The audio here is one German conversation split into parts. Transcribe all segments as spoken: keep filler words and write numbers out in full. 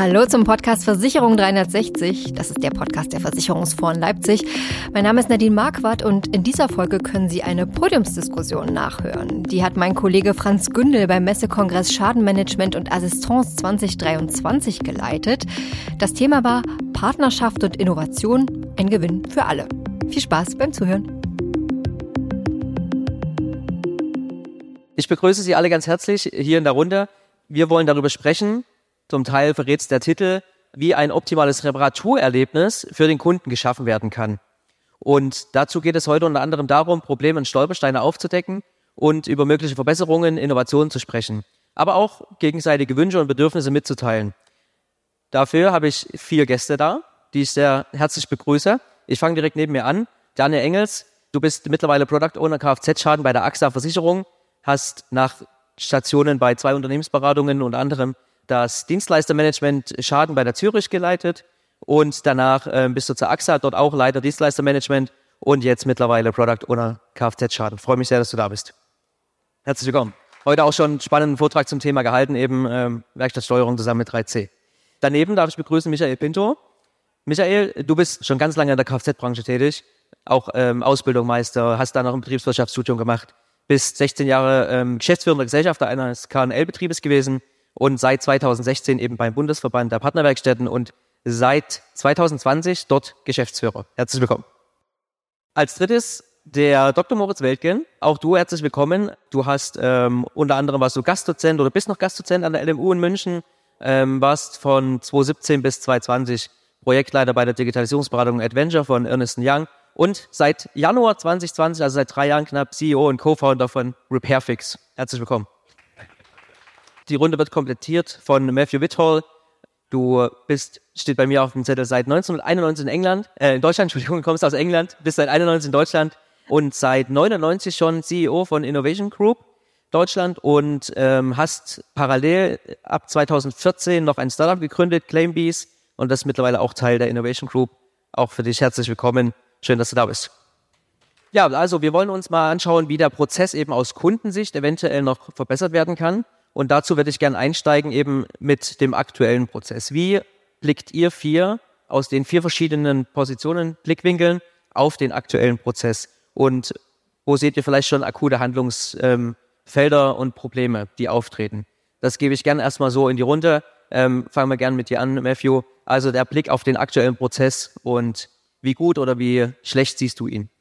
Hallo zum Podcast Versicherung dreihundertsechzig. Das ist der Podcast der Versicherungsfonds Leipzig. Mein Name ist Nadine Marquardt und in dieser Folge können Sie eine Podiumsdiskussion nachhören. Die hat mein Kollege Franz Gündel beim Messekongress Schadenmanagement und Assistance zwanzig dreiundzwanzig geleitet. Das Thema war Partnerschaft und Innovation, ein Gewinn für alle. Viel Spaß beim Zuhören. Ich begrüße Sie alle ganz herzlich hier in der Runde. Wir wollen darüber sprechen. Zum Teil verrät es der Titel, wie ein optimales Reparaturerlebnis für den Kunden geschaffen werden kann. Und dazu geht es heute unter anderem darum, Probleme und Stolpersteine aufzudecken und über mögliche Verbesserungen, Innovationen zu sprechen, aber auch gegenseitige Wünsche und Bedürfnisse mitzuteilen. Dafür habe ich vier Gäste da, die ich sehr herzlich begrüße. Ich fange direkt neben mir an. Daniel Engels, du bist mittlerweile Product Owner Kfz-Schaden bei der A X A Versicherung, hast nach Stationen bei zwei Unternehmensberatungen unter anderem das Dienstleistermanagement Schaden bei der Zürich geleitet und danach äh, bist du zur A X A, dort auch Leiter Dienstleistermanagement und jetzt mittlerweile Product Owner Kfz-Schaden. Freue mich sehr, dass du da bist. Herzlich willkommen. Heute auch schon einen spannenden Vortrag zum Thema gehalten, eben ähm, Werkstattsteuerung zusammen mit drei C. Daneben darf ich begrüßen Michael Pinto. Michael, du bist schon ganz lange in der Kfz-Branche tätig, auch ähm, Ausbildungsmeister, hast dann noch ein Betriebswirtschaftsstudium gemacht, bist sechzehn Jahre ähm, geschäftsführender Gesellschafter eines K und L-Betriebes gewesen und seit zweitausendsechzehn eben beim Bundesverband der Partnerwerkstätten und seit zweitausendzwanzig dort Geschäftsführer. Herzlich willkommen. Als drittes der Doktor Moritz Weltgen. Auch du herzlich willkommen. Du hast ähm, unter anderem warst du Gastdozent oder bist noch Gastdozent an der L M U in München, ähm, warst von zweitausendsiebzehn bis zweitausendzwanzig Projektleiter bei der Digitalisierungsberatung Adventure von Ernst and Young und seit Januar zweitausendzwanzig, also seit drei Jahren knapp, C E O und Co-Founder von RepairFix. Herzlich willkommen. Die Runde wird komplettiert von Matthew Whithall. Du bist, steht bei mir auf dem Zettel, seit neunzehnhunderteinundneunzig in England, äh, in Deutschland, Entschuldigung, du kommst aus England, bist seit einundneunzig in Deutschland und seit neunundneunzig schon C E O von Innovation Group Deutschland und ähm, hast parallel ab zweitausendvierzehn noch ein Startup gegründet, Claimbees, und das ist mittlerweile auch Teil der Innovation Group. Auch für dich herzlich willkommen. Schön, dass du da bist. Ja, also wir wollen uns mal anschauen, wie der Prozess eben aus Kundensicht eventuell noch verbessert werden kann. Und dazu würde ich gerne einsteigen eben mit dem aktuellen Prozess. Wie blickt ihr vier aus den vier verschiedenen Positionen, Blickwinkeln auf den aktuellen Prozess? Und wo seht ihr vielleicht schon akute Handlungsfelder und Probleme, die auftreten? Das gebe ich gerne erstmal so in die Runde. Ähm, fangen wir gerne mit dir an, Matthew. Also der Blick auf den aktuellen Prozess und wie gut oder wie schlecht siehst du ihn?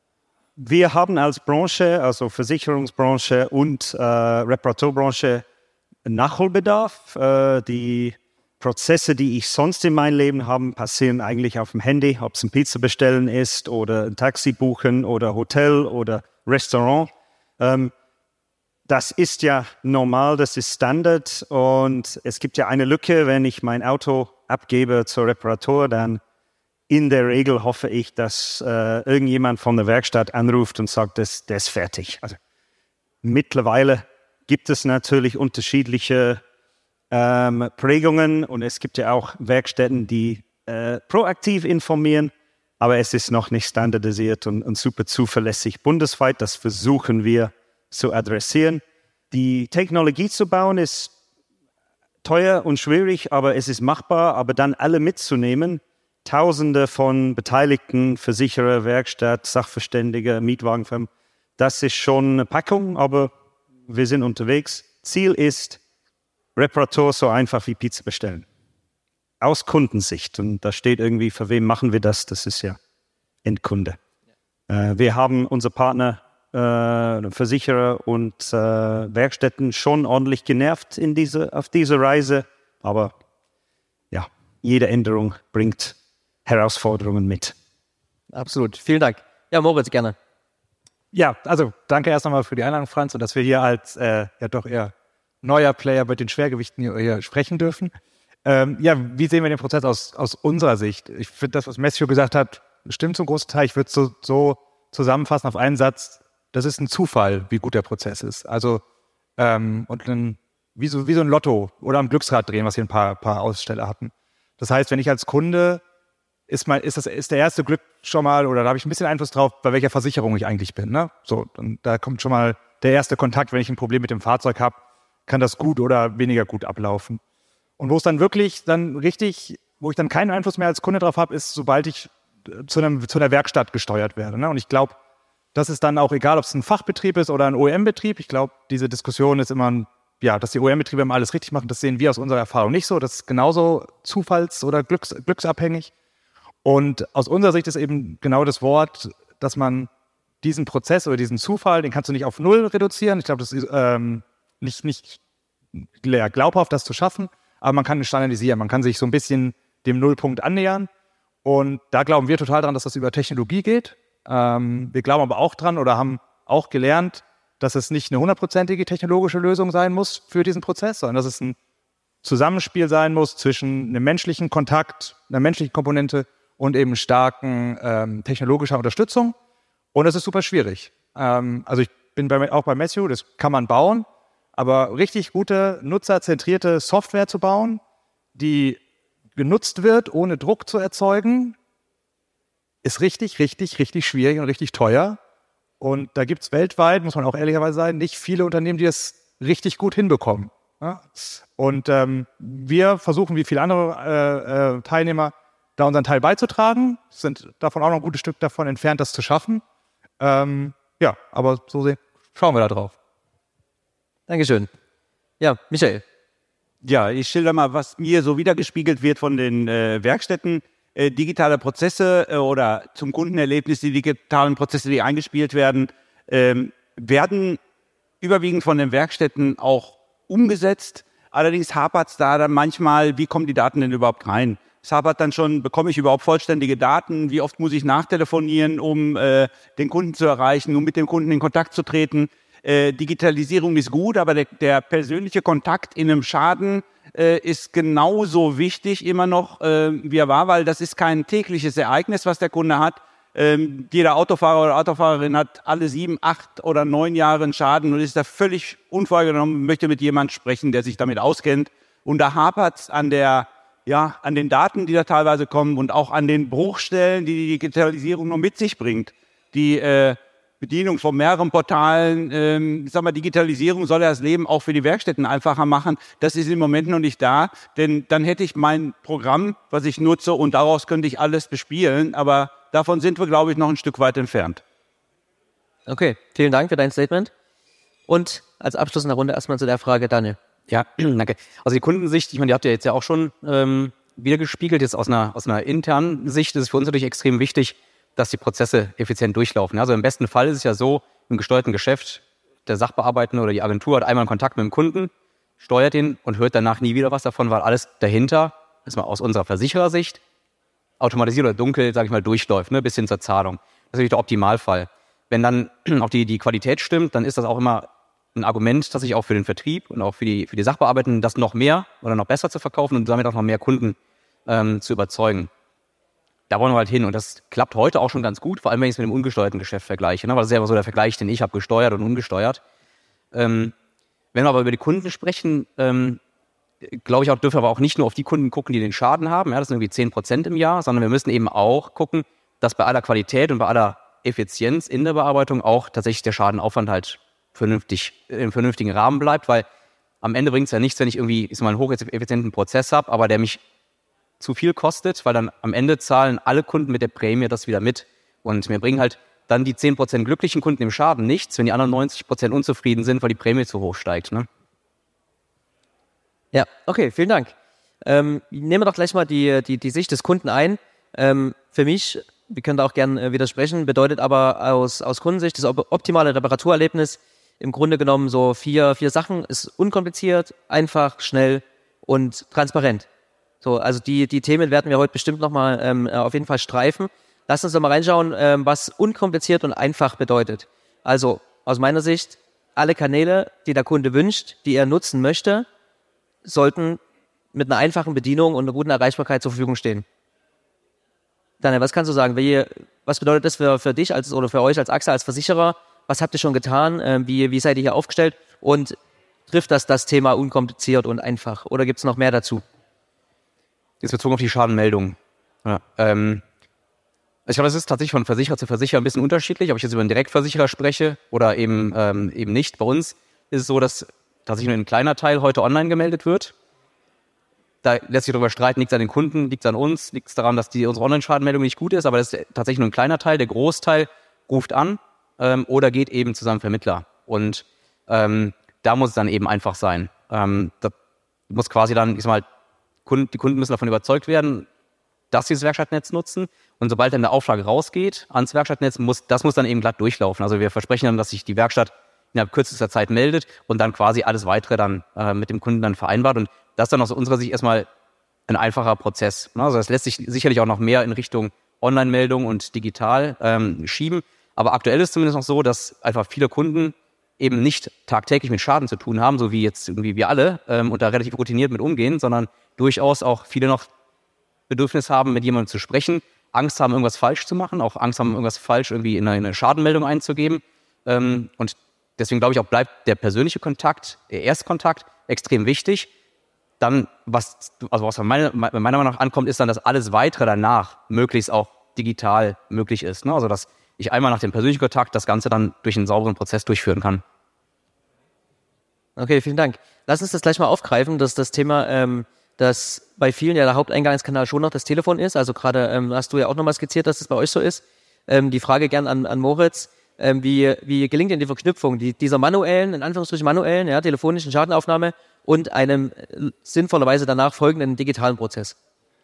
Wir haben als Branche, also Versicherungsbranche und äh, Reparaturbranche, Nachholbedarf. Äh, die Prozesse, die ich sonst in meinem Leben habe, passieren eigentlich auf dem Handy, ob es ein Pizza bestellen ist oder ein Taxi buchen oder Hotel oder Restaurant. Ähm, das ist ja normal, das ist Standard und es gibt ja eine Lücke, wenn ich mein Auto abgebe zur Reparatur, dann in der Regel hoffe ich, dass äh, irgendjemand von der Werkstatt anruft und sagt, das, das ist fertig. Also, mittlerweile gibt es natürlich unterschiedliche ähm, Prägungen und es gibt ja auch Werkstätten, die äh, proaktiv informieren, aber es ist noch nicht standardisiert und, und super zuverlässig bundesweit. Das versuchen wir zu adressieren. Die Technologie zu bauen ist teuer und schwierig, aber es ist machbar, aber dann alle mitzunehmen, Tausende von Beteiligten, Versicherer, Werkstatt, Sachverständige, Mietwagenfirmen. Das ist schon eine Packung, aber wir sind unterwegs. Ziel ist, Reparatur so einfach wie Pizza bestellen. Aus Kundensicht. Und da steht irgendwie, für wen machen wir das? Das ist ja Endkunde. Äh, wir haben unsere Partner, äh, Versicherer und äh, Werkstätten schon ordentlich genervt in diese, auf diese Reise. Aber ja, jede Änderung bringt Herausforderungen mit. Absolut. Vielen Dank. Ja, Moritz, gerne. Ja, also danke erst einmal für die Einladung, Franz, und dass wir hier als äh, ja doch eher neuer Player mit den Schwergewichten hier, hier sprechen dürfen. Ähm, ja, wie sehen wir den Prozess aus, aus unserer Sicht? Ich finde, das, was Matthew gesagt hat, stimmt zum großen Teil. Ich würde es so, so zusammenfassen auf einen Satz, das ist ein Zufall, wie gut der Prozess ist. Also ähm, und ein, wie, so, wie so ein Lotto oder am Glücksrad drehen, was hier ein paar, paar Aussteller hatten. Das heißt, wenn ich als Kunde ist mal, ist das, ist der erste Glück schon mal, oder da habe ich ein bisschen Einfluss drauf, bei welcher Versicherung ich eigentlich bin, ne? So, und da kommt schon mal der erste Kontakt, wenn ich ein Problem mit dem Fahrzeug habe, kann das gut oder weniger gut ablaufen. Und wo es dann wirklich dann richtig, wo ich dann keinen Einfluss mehr als Kunde drauf habe, ist, sobald ich zu, einem, zu einer Werkstatt gesteuert werde. Ne? Und ich glaube, das ist dann auch egal, ob es ein Fachbetrieb ist oder ein O E M-Betrieb. Ich glaube, diese Diskussion ist immer, ein, ja, dass die O E M-Betriebe immer alles richtig machen, das sehen wir aus unserer Erfahrung nicht so. Das ist genauso zufalls- oder glücks, glücksabhängig. Und aus unserer Sicht ist eben genau das Wort, dass man diesen Prozess oder diesen Zufall, den kannst du nicht auf Null reduzieren. Ich glaube, das ist ähm, nicht, nicht ja, glaubhaft, das zu schaffen. Aber man kann es standardisieren, man kann sich so ein bisschen dem Nullpunkt annähern. Und da glauben wir total dran, dass das über Technologie geht. Ähm, wir glauben aber auch dran oder haben auch gelernt, dass es nicht eine hundertprozentige technologische Lösung sein muss für diesen Prozess, sondern dass es ein Zusammenspiel sein muss zwischen einem menschlichen Kontakt, einer menschlichen Komponente und eben starken ähm, technologischer Unterstützung. Und das ist super schwierig. Ähm, also ich bin bei, auch bei Matthew, das kann man bauen. Aber richtig gute, nutzerzentrierte Software zu bauen, die genutzt wird, ohne Druck zu erzeugen, ist richtig, richtig, richtig schwierig und richtig teuer. Und da gibt es weltweit, muss man auch ehrlicherweise sagen, nicht viele Unternehmen, die das richtig gut hinbekommen. Ja? Und ähm, wir versuchen, wie viele andere äh, äh, Teilnehmer, da unseren Teil beizutragen, sind davon auch noch ein gutes Stück davon entfernt, das zu schaffen. Ähm, ja, aber so sehen, schauen wir da drauf. Dankeschön. Ja, Michael. Ja, ich schilder mal, was mir so wiedergespiegelt wird von den äh, Werkstätten. Äh, digitale Prozesse äh, oder zum Kundenerlebnis, die digitalen Prozesse, die eingespielt werden, ähm, werden überwiegend von den Werkstätten auch umgesetzt. Allerdings hapert es da dann manchmal, wie kommen die Daten denn überhaupt rein? Es hapert dann schon, bekomme ich überhaupt vollständige Daten? Wie oft muss ich nachtelefonieren, um äh, den Kunden zu erreichen, um mit dem Kunden in Kontakt zu treten? Äh, Digitalisierung ist gut, aber der, der persönliche Kontakt in einem Schaden äh, ist genauso wichtig immer noch, äh, wie er war, weil das ist kein tägliches Ereignis, was der Kunde hat. Ähm, jeder Autofahrer oder Autofahrerin hat alle sieben, acht oder neun Jahre einen Schaden und ist da völlig unvorgenommen, möchte mit jemandem sprechen, der sich damit auskennt. Und da hapert es an der, ja, an den Daten, die da teilweise kommen und auch an den Bruchstellen, die die Digitalisierung noch mit sich bringt. Die äh, Bedienung von mehreren Portalen, ähm, ich sag mal, Digitalisierung soll ja das Leben auch für die Werkstätten einfacher machen. Das ist im Moment noch nicht da, denn dann hätte ich mein Programm, was ich nutze und daraus könnte ich alles bespielen, aber davon sind wir, glaube ich, noch ein Stück weit entfernt. Okay, vielen Dank für dein Statement. Und als Abschluss in der Runde erstmal zu der Frage, Daniel. Ja, danke. Also die Kundensicht, ich meine, die habt ihr jetzt ja auch schon ähm, wiedergespiegelt. Jetzt aus einer, aus einer internen Sicht ist es für uns natürlich extrem wichtig, dass die Prozesse effizient durchlaufen. Also im besten Fall ist es ja so, im gesteuerten Geschäft, der Sachbearbeitende oder die Agentur hat einmal einen Kontakt mit dem Kunden, steuert ihn und hört danach nie wieder was davon, weil alles dahinter, das ist mal aus unserer Versicherersicht, automatisiert oder dunkel, sage ich mal, durchläuft, ne, bis hin zur Zahlung. Das ist natürlich der Optimalfall. Wenn dann auch die, die Qualität stimmt, dann ist das auch immer ein Argument, dass ich auch für den Vertrieb und auch für die, für die Sachbearbeitenden das noch mehr oder noch besser zu verkaufen und damit auch noch mehr Kunden ähm, zu überzeugen. Da wollen wir halt hin und das klappt heute auch schon ganz gut, vor allem wenn ich es mit dem ungesteuerten Geschäft vergleiche, ne? Weil das ist ja immer so der Vergleich, den ich habe, gesteuert und ungesteuert. Ähm, wenn wir aber über die Kunden sprechen, ähm, glaube ich auch, dürfen wir aber auch nicht nur auf die Kunden gucken, die den Schaden haben, ja, das sind irgendwie zehn Prozent im Jahr, sondern wir müssen eben auch gucken, dass bei aller Qualität und bei aller Effizienz in der Bearbeitung auch tatsächlich der Schadenaufwand halt vernünftig, im vernünftigen Rahmen bleibt, weil am Ende bringt es ja nichts, wenn ich irgendwie ich sag mal, einen hocheffizienten Prozess habe, aber der mich zu viel kostet, weil dann am Ende zahlen alle Kunden mit der Prämie das wieder mit. Und mir bringen halt dann die zehn Prozent glücklichen Kunden im Schaden nichts, wenn die anderen neunzig Prozent unzufrieden sind, weil die Prämie zu hoch steigt. Ne? Ja, okay, vielen Dank. Ähm, nehmen wir doch gleich mal die, die, die Sicht des Kunden ein. Ähm, für mich, wir können da auch gerne äh, widersprechen, bedeutet aber aus, aus Kundensicht das optimale Reparaturerlebnis im Grunde genommen so vier, vier Sachen. Ist unkompliziert, einfach, schnell und transparent. So, also die, die Themen werden wir heute bestimmt nochmal ähm, auf jeden Fall streifen. Lass uns doch mal reinschauen, ähm, was unkompliziert und einfach bedeutet. Also aus meiner Sicht, alle Kanäle, die der Kunde wünscht, die er nutzen möchte, sollten mit einer einfachen Bedienung und einer guten Erreichbarkeit zur Verfügung stehen. Daniel, was kannst du sagen? Wie, was bedeutet das für, für dich als, oder für euch als A X A, als Versicherer? Was habt ihr schon getan? Ähm, wie, wie seid ihr hier aufgestellt? Und trifft das das Thema unkompliziert und einfach? Oder gibt es noch mehr dazu? Jetzt bezogen auf die Schadenmeldung. Ja, ähm, ich glaube, das ist tatsächlich von Versicherer zu Versicherer ein bisschen unterschiedlich, ob ich jetzt über einen Direktversicherer spreche oder eben, ähm, eben nicht. Bei uns ist es so, dass tatsächlich nur ein kleiner Teil heute online gemeldet wird. Da lässt sich darüber streiten, liegt es an den Kunden, liegt es an uns, liegt es daran, dass die unsere Online-Schadenmeldung nicht gut ist, aber das ist tatsächlich nur ein kleiner Teil. Der Großteil ruft an ähm, oder geht eben zu seinem Vermittler. Und ähm, da muss es dann eben einfach sein. Ähm, da muss quasi dann, ich sag mal, Kunden, die Kunden müssen davon überzeugt werden, dass sie das Werkstattnetz nutzen. Und sobald dann eine Auflage rausgeht ans Werkstattnetz, muss das muss dann eben glatt durchlaufen. Also wir versprechen dann, dass sich die Werkstatt innerhalb kürzester Zeit meldet und dann quasi alles Weitere dann äh, mit dem Kunden dann vereinbart. Und das ist dann aus unserer Sicht erstmal ein einfacher Prozess. Also das lässt sich sicherlich auch noch mehr in Richtung Online-Meldung und digital ähm, schieben. Aber aktuell ist es zumindest noch so, dass einfach viele Kunden eben nicht tagtäglich mit Schaden zu tun haben, so wie jetzt irgendwie wir alle, ähm, und da relativ routiniert mit umgehen, sondern durchaus auch viele noch Bedürfnis haben, mit jemandem zu sprechen, Angst haben, irgendwas falsch zu machen, auch Angst haben, irgendwas falsch irgendwie in eine, in eine Schadenmeldung einzugeben. Ähm, und deswegen glaube ich auch, bleibt der persönliche Kontakt, der Erstkontakt extrem wichtig. Dann, was, also was meiner, meiner Meinung nach ankommt, ist dann, dass alles Weitere danach möglichst auch digital möglich ist. Ne? Also, dass ich einmal nach dem persönlichen Kontakt das Ganze dann durch einen sauberen Prozess durchführen kann. Okay, vielen Dank. Lass uns das gleich mal aufgreifen, dass das Thema, ähm, dass bei vielen ja der Haupteingangskanal schon noch das Telefon ist. Also gerade ähm, hast du ja auch nochmal skizziert, dass das bei euch so ist. Ähm, die Frage gern an, an Moritz. Ähm, wie, wie gelingt denn die Verknüpfung die, dieser manuellen, in Anführungsstrichen manuellen, ja, telefonischen Schadenaufnahme und einem äh, sinnvollerweise danach folgenden digitalen Prozess?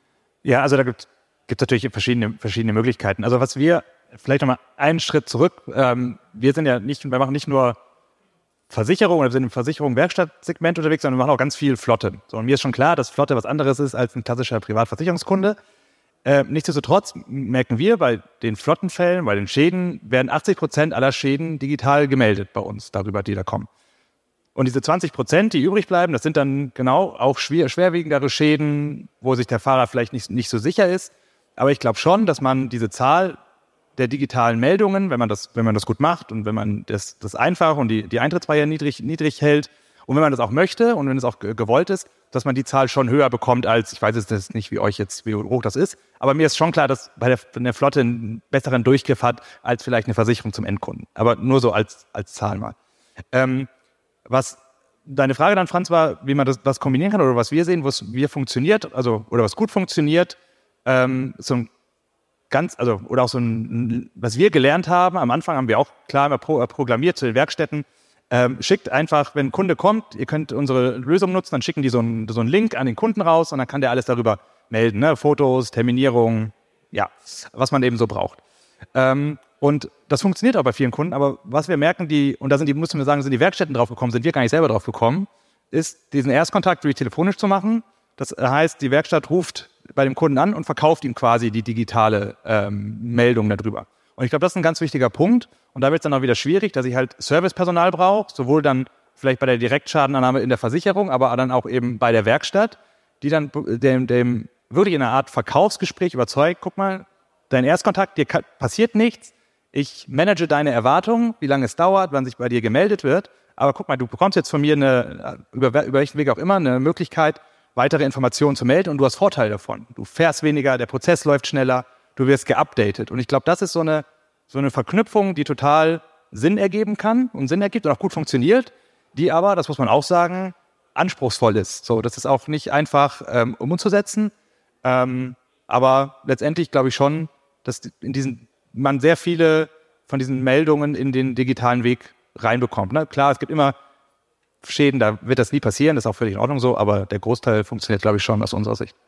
Ja, also da gibt es natürlich verschiedene, verschiedene Möglichkeiten. Also was wir, vielleicht nochmal einen Schritt zurück, ähm, wir sind ja nicht, wir machen nicht nur Versicherung oder wir sind im Versicherung-Werkstattsegment unterwegs, sondern wir machen auch ganz viel Flotte. So, und mir ist schon klar, dass Flotte was anderes ist als ein klassischer Privatversicherungskunde. Äh, nichtsdestotrotz merken wir, bei den Flottenfällen, bei den Schäden, werden achtzig Prozent aller Schäden digital gemeldet bei uns, darüber, die da kommen. Und diese zwanzig Prozent, die übrig bleiben, das sind dann genau auch schwer, schwerwiegendere Schäden, wo sich der Fahrer vielleicht nicht, nicht so sicher ist. Aber ich glaube schon, dass man diese Zahl der digitalen Meldungen, wenn man das, wenn man das gut macht und wenn man das, das einfach und die, die Eintrittsbarriere niedrig, niedrig hält und wenn man das auch möchte und wenn es auch gewollt ist, dass man die Zahl schon höher bekommt als, ich weiß jetzt nicht, wie euch jetzt, wie hoch das ist, aber mir ist schon klar, dass bei der, wenn der Flotte einen besseren Durchgriff hat als vielleicht eine Versicherung zum Endkunden. Aber nur so als, als Zahl mal. Ähm, was deine Frage dann, Franz, war, wie man das was kombinieren kann oder was wir sehen, was wir funktioniert, also oder was gut funktioniert, ähm, so ein ganz, also oder auch so ein, was wir gelernt haben, am Anfang haben wir auch klar immer pro, äh, programmiert zu den Werkstätten, ähm, schickt einfach, wenn ein Kunde kommt, ihr könnt unsere Lösung nutzen, dann schicken die so einen so einen Link an den Kunden raus und dann kann der alles darüber melden, ne? Fotos, Terminierung, ja, was man eben so braucht. Ähm, und das funktioniert auch bei vielen Kunden, aber was wir merken, die, und da sind die, müssen wir sagen, sind die Werkstätten drauf gekommen, sind wir gar nicht selber drauf gekommen, ist diesen Erstkontakt wirklich telefonisch zu machen. Das heißt, die Werkstatt ruft bei dem Kunden an und verkauft ihm quasi die digitale ähm, Meldung darüber. Und ich glaube, das ist ein ganz wichtiger Punkt. Und da wird es dann auch wieder schwierig, dass ich halt Servicepersonal brauche, sowohl dann vielleicht bei der Direktschadenannahme in der Versicherung, aber dann auch eben bei der Werkstatt, die dann dem, dem wirklich in einer Art Verkaufsgespräch überzeugt, guck mal, dein Erstkontakt, dir passiert nichts, ich manage deine Erwartungen, wie lange es dauert, wann sich bei dir gemeldet wird, aber guck mal, du bekommst jetzt von mir eine, über, über welchen Weg auch immer, eine Möglichkeit, weitere Informationen zu melden und du hast Vorteile davon. Du fährst weniger, der Prozess läuft schneller, du wirst geupdatet. Und ich glaube, das ist so eine, so eine Verknüpfung, die total Sinn ergeben kann und Sinn ergibt und auch gut funktioniert, die aber, das muss man auch sagen, anspruchsvoll ist. So, das ist auch nicht einfach ähm, umzusetzen, ähm, aber letztendlich glaube ich schon, dass in diesen, man sehr viele von diesen Meldungen in den digitalen Weg reinbekommt. Ne? Klar, es gibt immer Schäden, da wird das nie passieren, das ist auch völlig in Ordnung so, aber der Großteil funktioniert, glaube ich, schon aus unserer Sicht.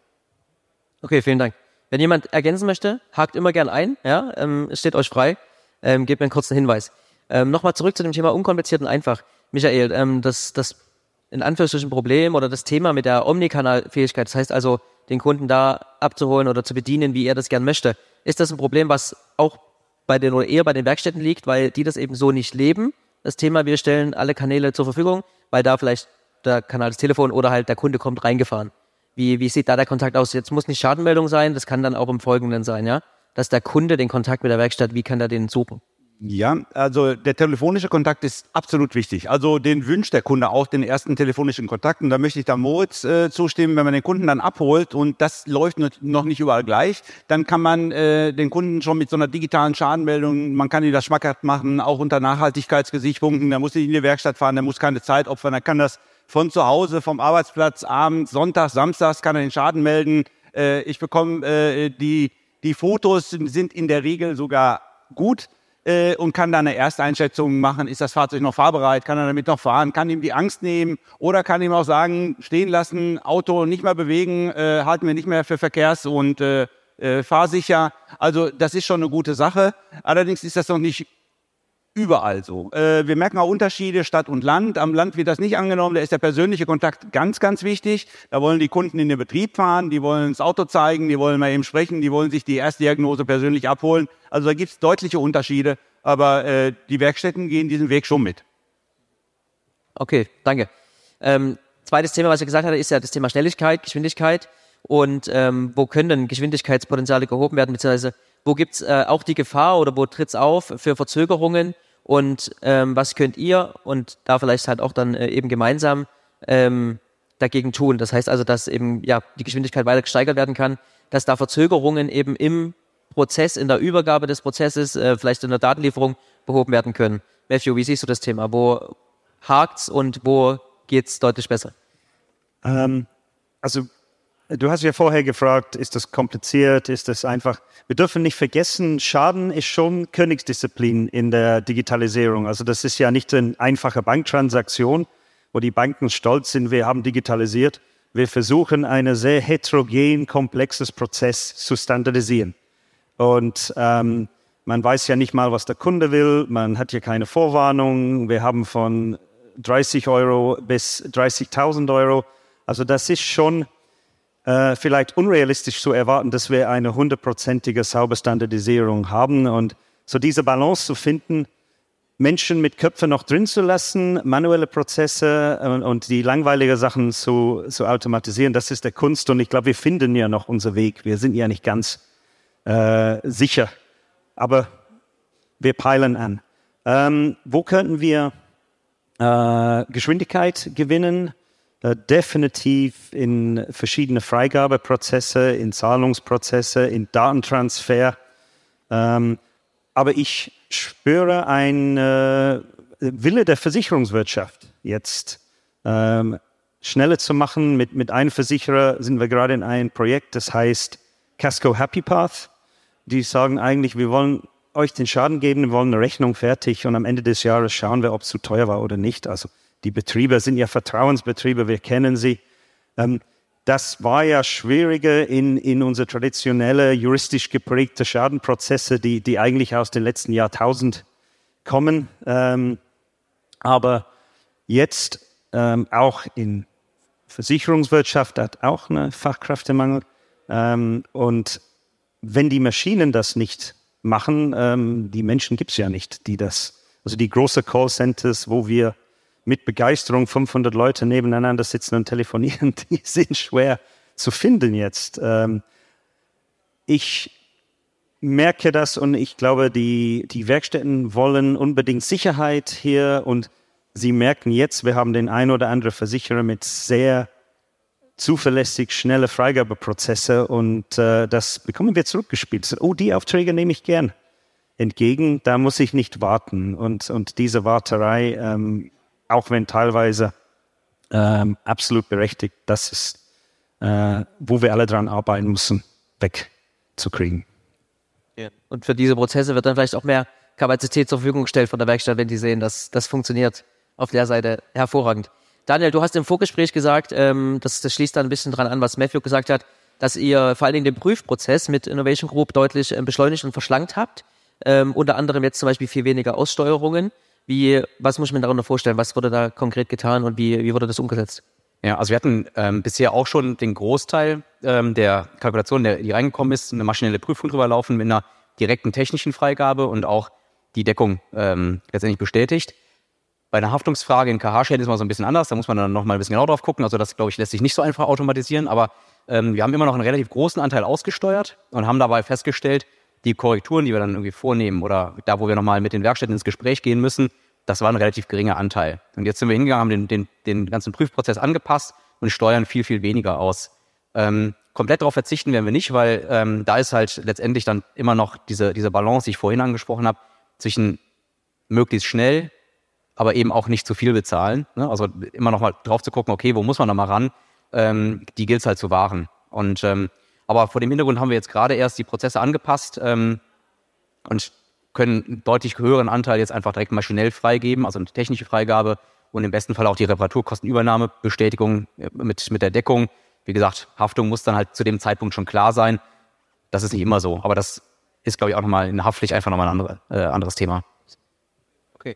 Okay, vielen Dank. Wenn jemand ergänzen möchte, hakt immer gern ein, ja, ähm, es steht euch frei, ähm, gebt mir einen kurzen Hinweis. Ähm, Nochmal zurück zu dem Thema unkompliziert und einfach. Michael, ähm, das, das in Anführungsstrichen Problem oder das Thema mit der Omnikanalfähigkeit, das heißt also, den Kunden da abzuholen oder zu bedienen, wie er das gern möchte, ist das ein Problem, was auch bei den oder eher bei den Werkstätten liegt, weil die das eben so nicht leben? Das Thema, wir stellen alle Kanäle zur Verfügung, weil da vielleicht der Kanal das Telefon oder halt der Kunde kommt reingefahren. Wie, wie sieht da der Kontakt aus? Jetzt muss nicht Schadenmeldung sein, das kann dann auch im Folgenden sein, ja? Dass der Kunde den Kontakt mit der Werkstatt, wie kann er den suchen? Ja, also der telefonische Kontakt ist absolut wichtig. Also den wünscht der Kunde auch, den ersten telefonischen Kontakt. Und da möchte ich da Moritz äh, zustimmen, wenn man den Kunden dann abholt und das läuft noch nicht überall gleich, dann kann man äh, den Kunden schon mit so einer digitalen Schadenmeldung, man kann ihn das schmackhaft machen, auch unter Nachhaltigkeitsgesichtspunkten. Der muss nicht in die Werkstatt fahren, der muss keine Zeit opfern, der kann das von zu Hause, vom Arbeitsplatz, abends, Sonntag, Samstags kann er den Schaden melden. Äh, ich bekomme äh, die, die Fotos sind in der Regel sogar gut äh, und kann dann eine Ersteinschätzung machen. Ist das Fahrzeug noch fahrbereit? Kann er damit noch fahren? Kann ihm die Angst nehmen? Oder kann ihm auch sagen, stehen lassen, Auto nicht mehr bewegen, äh, halten wir nicht mehr für verkehrs- und äh, äh, fahrsicher. Also das ist schon eine gute Sache. Allerdings ist das noch nicht überall so. Äh, wir merken auch Unterschiede Stadt und Land. Am Land wird das nicht angenommen. Da ist der persönliche Kontakt ganz, ganz wichtig. Da wollen die Kunden in den Betrieb fahren, die wollen das Auto zeigen, die wollen mal eben sprechen, die wollen sich die Erstdiagnose persönlich abholen. Also da gibt es deutliche Unterschiede. Aber äh, die Werkstätten gehen diesen Weg schon mit. Okay, danke. Ähm, zweites Thema, was ich gesagt hatte, ist ja das Thema Schnelligkeit, Geschwindigkeit. Und ähm, wo können denn Geschwindigkeitspotenziale gehoben werden, beziehungsweise wo gibt's äh, auch die Gefahr oder wo tritt's auf für Verzögerungen und ähm, was könnt ihr und da vielleicht halt auch dann äh, eben gemeinsam ähm, dagegen tun? Das heißt also, dass eben ja die Geschwindigkeit weiter gesteigert werden kann, dass da Verzögerungen eben im Prozess, in der Übergabe des Prozesses, äh, vielleicht in der Datenlieferung behoben werden können. Matthew, wie siehst du das Thema? Wo hakt's und wo geht's deutlich besser? Ähm, also du hast ja vorher gefragt, ist das kompliziert, ist das einfach? Wir dürfen nicht vergessen, Schaden ist schon Königsdisziplin in der Digitalisierung. Also das ist ja nicht eine einfache Banktransaktion, wo die Banken stolz sind, wir haben digitalisiert. Wir versuchen, einen sehr heterogen, komplexes Prozess zu standardisieren. Und ähm, man weiß ja nicht mal, was der Kunde will, man hat ja keine Vorwarnung. Wir haben von dreißig Euro bis dreißigtausend Euro. Also das ist schon Äh, vielleicht unrealistisch zu erwarten, dass wir eine hundertprozentige saubere Standardisierung haben. Und so diese Balance zu finden, Menschen mit Köpfen noch drin zu lassen, manuelle Prozesse und, und die langweiligen Sachen zu, zu automatisieren, das ist der Kunst. Und ich glaube, wir finden ja noch unseren Weg. Wir sind ja nicht ganz äh, sicher, aber wir peilen an. Ähm, wo könnten wir äh, Geschwindigkeit gewinnen? Uh, definitiv in verschiedene Freigabeprozesse, in Zahlungsprozesse, in Datentransfer. Ähm, aber ich spüre einen äh, Wille der Versicherungswirtschaft, jetzt ähm, schneller zu machen. Mit, mit einem Versicherer sind wir gerade in einem Projekt, das heißt Casco Happy Path. Die sagen eigentlich, wir wollen euch den Schaden geben, wir wollen eine Rechnung fertig und am Ende des Jahres schauen wir, ob es zu teuer war oder nicht. Also die Betriebe sind ja Vertrauensbetriebe, wir kennen sie. Ähm, das war ja schwieriger in, in unsere traditionelle, juristisch geprägte Schadenprozesse, die, die eigentlich aus den letzten Jahrtausend kommen. Ähm, aber jetzt ähm, auch in Versicherungswirtschaft hat auch einen Fachkräftemangel. Ähm, und wenn die Maschinen das nicht machen, ähm, die Menschen gibt es ja nicht, die das, also die großen Callcenters, wo wir mit Begeisterung fünfhundert Leute nebeneinander sitzen und telefonieren, die sind schwer zu finden jetzt. Ähm, ich merke das und ich glaube, die, die Werkstätten wollen unbedingt Sicherheit hier und sie merken jetzt, wir haben den ein oder anderen Versicherer mit sehr zuverlässig schnelle Freigabeprozesse und äh, das bekommen wir zurückgespielt. Oh, die Aufträge nehme ich gern entgegen, da muss ich nicht warten und, und diese Warterei, ähm, auch wenn teilweise ähm, absolut berechtigt, das ist, äh, wo wir alle dran arbeiten müssen, wegzukriegen. Ja. Und für diese Prozesse wird dann vielleicht auch mehr Kapazität zur Verfügung gestellt von der Werkstatt, wenn die sehen, dass das funktioniert auf der Seite hervorragend. Daniel, du hast im Vorgespräch gesagt, ähm, das, das schließt dann ein bisschen dran an, was Matthew gesagt hat, dass ihr vor allen Dingen den Prüfprozess mit Innovation Group deutlich äh, beschleunigt und verschlankt habt. Ähm, unter anderem jetzt zum Beispiel viel weniger Aussteuerungen. Wie, was muss ich mir darunter vorstellen? Was wurde da konkret getan und wie, wie wurde das umgesetzt? Ja, also wir hatten ähm, bisher auch schon den Großteil ähm, der Kalkulation, der, die reingekommen ist, eine maschinelle Prüfung drüber laufen mit einer direkten technischen Freigabe und auch die Deckung ähm, letztendlich bestätigt. Bei einer Haftungsfrage in K H-Schäden ist mal so ein bisschen anders, da muss man dann noch mal ein bisschen genau drauf gucken. Also das, glaube ich, lässt sich nicht so einfach automatisieren, aber ähm, wir haben immer noch einen relativ großen Anteil ausgesteuert und haben dabei festgestellt, die Korrekturen, die wir dann irgendwie vornehmen oder da, wo wir nochmal mit den Werkstätten ins Gespräch gehen müssen, das war ein relativ geringer Anteil. Und jetzt sind wir hingegangen, haben den, den, den ganzen Prüfprozess angepasst und steuern viel, viel weniger aus. Ähm, komplett darauf verzichten werden wir nicht, weil ähm, da ist halt letztendlich dann immer noch diese, diese Balance, die ich vorhin angesprochen habe, zwischen möglichst schnell aber eben auch nicht zu viel bezahlen. Ne? Also immer noch mal drauf zu gucken, okay, wo muss man da mal ran? Ähm, die gilt es halt zu wahren. Und ähm, aber vor dem Hintergrund haben wir jetzt gerade erst die Prozesse angepasst ähm, und können einen deutlich höheren Anteil jetzt einfach direkt maschinell freigeben, also eine technische Freigabe und im besten Fall auch die Reparaturkostenübernahmebestätigung mit, mit der Deckung. Wie gesagt, Haftung muss dann halt zu dem Zeitpunkt schon klar sein. Das ist nicht immer so, aber das ist, glaube ich, auch nochmal in der Haftpflicht einfach nochmal ein andere, äh, anderes Thema. Okay.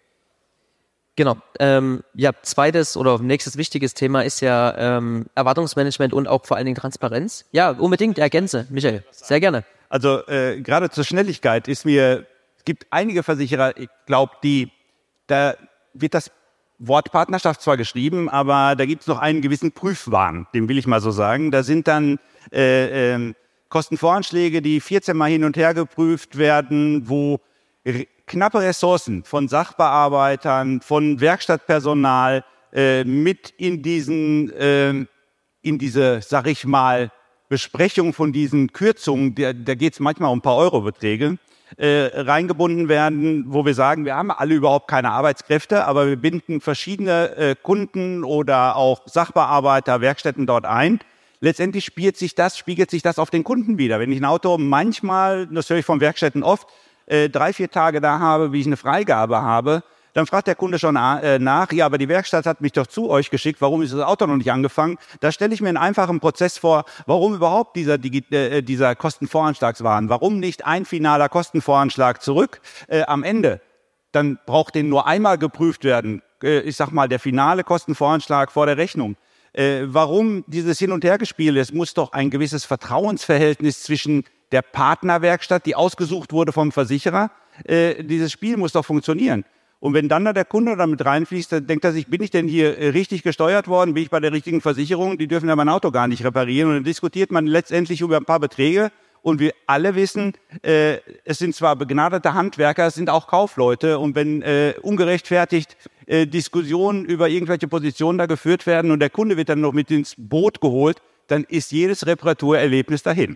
Genau. Ähm, ja, zweites oder nächstes wichtiges Thema ist ja ähm, Erwartungsmanagement und auch vor allen Dingen Transparenz. Ja, unbedingt ergänze, Michael. Sehr gerne. Also äh, gerade zur Schnelligkeit ist mir, es gibt einige Versicherer, ich glaube, die, da wird das Wort Partnerschaft zwar geschrieben, aber da gibt es noch einen gewissen Prüfwahn, den will ich mal so sagen. Da sind dann äh, äh, Kostenvoranschläge, die vierzehn Mal hin und her geprüft werden, wo r- knappe Ressourcen von Sachbearbeitern, von Werkstattpersonal äh, mit in diesen, äh, in diese, sag ich mal, Besprechung von diesen Kürzungen, da, da geht es manchmal um ein paar Eurobeträge, äh, reingebunden werden, wo wir sagen, wir haben alle überhaupt keine Arbeitskräfte, aber wir binden verschiedene äh, Kunden oder auch Sachbearbeiter, Werkstätten dort ein. Letztendlich spielt sich das, spiegelt sich das auf den Kunden wieder. Wenn ich ein Auto manchmal, das höre ich von Werkstätten oft, äh, drei, vier Tage da habe, wie ich eine Freigabe habe, dann fragt der Kunde schon äh, nach, ja, aber die Werkstatt hat mich doch zu euch geschickt, warum ist das Auto noch nicht angefangen? Da stelle ich mir einen einfachen Prozess vor, warum überhaupt dieser, äh, dieser Kostenvoranschlagswahn, warum nicht ein finaler Kostenvoranschlag zurück äh, am Ende? Dann braucht den nur einmal geprüft werden, äh, ich sag mal, der finale Kostenvoranschlag vor der Rechnung. Äh, warum dieses Hin- und Hergespiel? Es muss doch ein gewisses Vertrauensverhältnis zwischen der Partnerwerkstatt, die ausgesucht wurde vom Versicherer, äh, dieses Spiel muss doch funktionieren. Und wenn dann da der Kunde damit reinfließt, dann denkt er sich, bin ich denn hier äh, richtig gesteuert worden? Bin ich bei der richtigen Versicherung? Die dürfen ja mein Auto gar nicht reparieren. Und dann diskutiert man letztendlich über ein paar Beträge. Und wir alle wissen, äh, es sind zwar begnadete Handwerker, es sind auch Kaufleute. Und wenn äh, ungerechtfertigt äh, Diskussionen über irgendwelche Positionen da geführt werden und der Kunde wird dann noch mit ins Boot geholt, dann ist jedes Reparaturerlebnis dahin.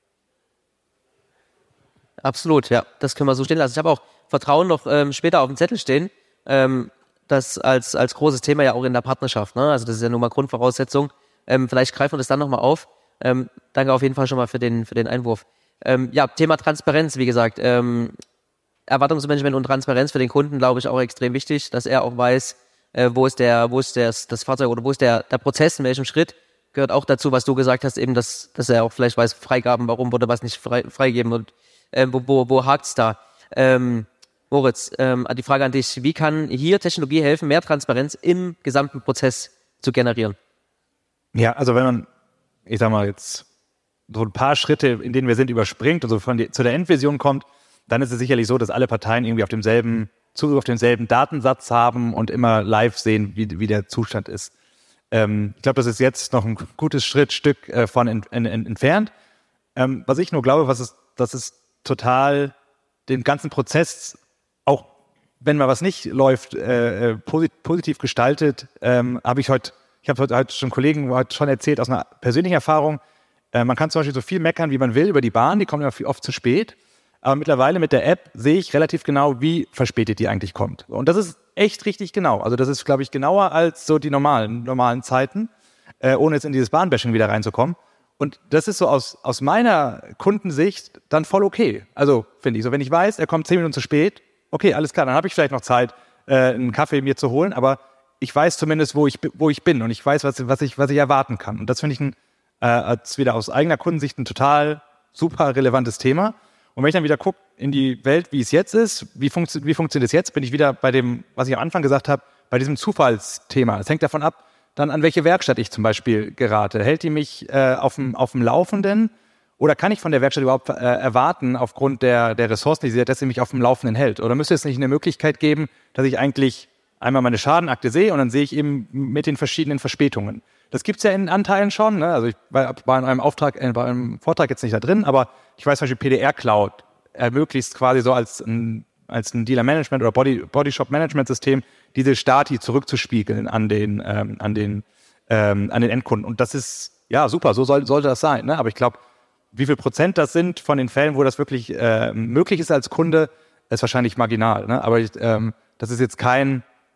Absolut, ja, das können wir so stehen lassen. Ich habe auch Vertrauen noch ähm, später auf dem Zettel stehen, ähm, das als als großes Thema ja auch in der Partnerschaft, ne? Also das ist ja nun mal Grundvoraussetzung. Ähm, vielleicht greifen wir das dann nochmal auf. Ähm, danke auf jeden Fall schon mal für den für den Einwurf. Ähm, ja, Thema Transparenz, wie gesagt, ähm, Erwartungsmanagement und Transparenz für den Kunden, glaube ich, auch extrem wichtig, dass er auch weiß, äh, wo ist der, wo ist der, das Fahrzeug oder wo ist der der Prozess, in welchem Schritt. Gehört auch dazu, was du gesagt hast, eben, dass dass er auch vielleicht weiß, Freigaben, warum wurde was nicht frei, freigegeben und äh, wo wo, wo hakt's da. Ähm, Moritz, ähm, die Frage an dich, wie kann hier Technologie helfen, mehr Transparenz im gesamten Prozess zu generieren? Ja, also wenn man, ich sag mal jetzt, so ein paar Schritte, in denen wir sind, überspringt und so von die, zu der Endvision kommt, dann ist es sicherlich so, dass alle Parteien irgendwie auf demselben Zugriff auf denselben Datensatz haben und immer live sehen, wie, wie der Zustand ist. Ähm, ich glaube, das ist jetzt noch ein gutes Schrittstück äh, von in, in, in, entfernt. Ähm, was ich nur glaube, was ist, das ist total den ganzen Prozess, auch wenn mal was nicht läuft, äh, posit- positiv gestaltet, ähm, habe ich heute, ich habe heute, heute schon Kollegen heute schon erzählt aus einer persönlichen Erfahrung, äh, man kann zum Beispiel so viel meckern, wie man will über die Bahn, die kommt immer viel, oft zu spät, aber mittlerweile mit der App sehe ich relativ genau, wie verspätet die eigentlich kommt. Und das ist echt richtig genau. Also das ist, glaube ich, genauer als so die normalen, normalen Zeiten, äh, ohne jetzt in dieses Bahnbashing wieder reinzukommen. Und das ist so aus, aus meiner Kundensicht dann voll okay. Also finde ich so, wenn ich weiß, er kommt zehn Minuten zu spät, okay, alles klar, dann habe ich vielleicht noch Zeit, äh, einen Kaffee mir zu holen, aber ich weiß zumindest, wo ich, wo ich bin und ich weiß, was, was, ich, was ich erwarten kann. Und das finde ich ein, äh, als wieder aus eigener Kundensicht ein total super relevantes Thema. Und wenn ich dann wieder gucke in die Welt, wie es jetzt ist, wie, funktio- wie funktioniert es jetzt, bin ich wieder bei dem, was ich am Anfang gesagt habe, bei diesem Zufallsthema. Es hängt davon ab, dann an welche Werkstatt ich zum Beispiel gerate. Hält die mich äh, auf dem auf dem Laufenden oder kann ich von der Werkstatt überhaupt äh, erwarten, aufgrund der, der Ressourcen, die sie hat, dass sie mich auf dem Laufenden hält? Oder müsste es nicht eine Möglichkeit geben, dass ich eigentlich einmal meine Schadenakte sehe und dann sehe ich eben mit den verschiedenen Verspätungen. Das gibt's ja in Anteilen schon. Ne? Also ich war bei einem Auftrag, äh, bei einem Vortrag jetzt nicht da drin, aber ich weiß zum Beispiel P D R Cloud ermöglicht quasi so als ein, als ein Dealer-Management oder Body, Body-Shop-Management-System diese Stati zurückzuspiegeln an den, ähm, an den, ähm, an den Endkunden. Und das ist, ja, super, so soll, sollte das sein. Ne? Aber ich glaube, wie viel Prozent das sind von den Fällen, wo das wirklich äh, möglich ist als Kunde, ist wahrscheinlich marginal. Ne? Aber ich, ähm, das ist jetzt kein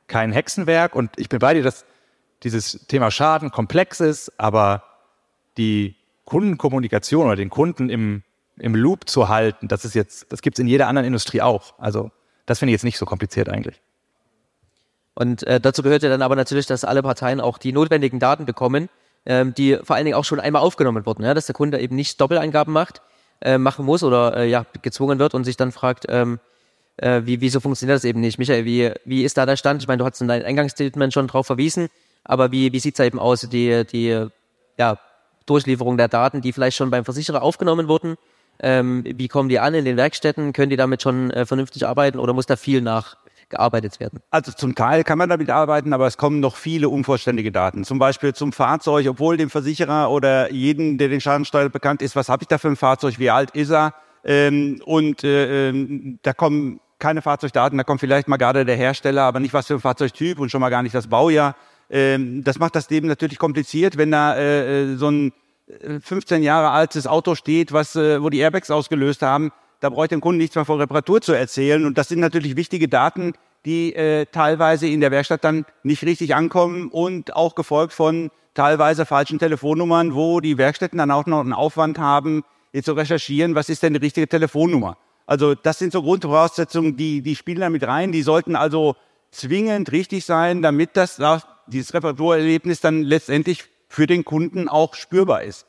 kein Hexenwerk und ich bin bei dir, dass dieses Thema Schaden komplex ist, aber die Kundenkommunikation oder den Kunden im, im Loop zu halten, das ist jetzt, das gibt es in jeder anderen Industrie auch. Also das finde ich jetzt nicht so kompliziert eigentlich. Und äh, dazu gehört ja dann aber natürlich, dass alle Parteien auch die notwendigen Daten bekommen, ähm, die vor allen Dingen auch schon einmal aufgenommen wurden, ja? Dass der Kunde eben nicht Doppeleingaben macht, äh, machen muss oder äh, ja gezwungen wird und sich dann fragt, ähm, äh, wie wieso funktioniert das eben nicht? Michael, wie wie ist da der Stand? Ich meine, du hast in deinem Eingangsstatement schon drauf verwiesen, aber wie wie sieht's da eben aus, die die ja Durchlieferung der Daten, die vielleicht schon beim Versicherer aufgenommen wurden? Ähm, wie kommen die an in den Werkstätten? Können die damit schon äh, vernünftig arbeiten oder muss da viel nachgearbeitet werden? Also zum Teil kann man damit arbeiten, aber es kommen noch viele unvollständige Daten. Zum Beispiel zum Fahrzeug, obwohl dem Versicherer oder jeden, der den Schaden steuert, bekannt ist, was habe ich da für ein Fahrzeug, wie alt ist er? Ähm, und äh, ähm, da kommen keine Fahrzeugdaten, da kommt vielleicht mal gerade der Hersteller, aber nicht was für ein Fahrzeugtyp und schon mal gar nicht das Baujahr. Ähm, das macht das Leben natürlich kompliziert, wenn da äh, so ein fünfzehn Jahre altes Auto steht, was, äh, wo die Airbags ausgelöst haben. Da braucht dem Kunden nichts mehr von Reparatur zu erzählen. Und das sind natürlich wichtige Daten, die äh, teilweise in der Werkstatt dann nicht richtig ankommen und auch gefolgt von teilweise falschen Telefonnummern, wo die Werkstätten dann auch noch einen Aufwand haben, jetzt zu recherchieren, was ist denn die richtige Telefonnummer. Also das sind so Grundvoraussetzungen, die, die spielen da mit rein. Die sollten also zwingend richtig sein, damit das, dieses Reparaturerlebnis dann letztendlich für den Kunden auch spürbar ist.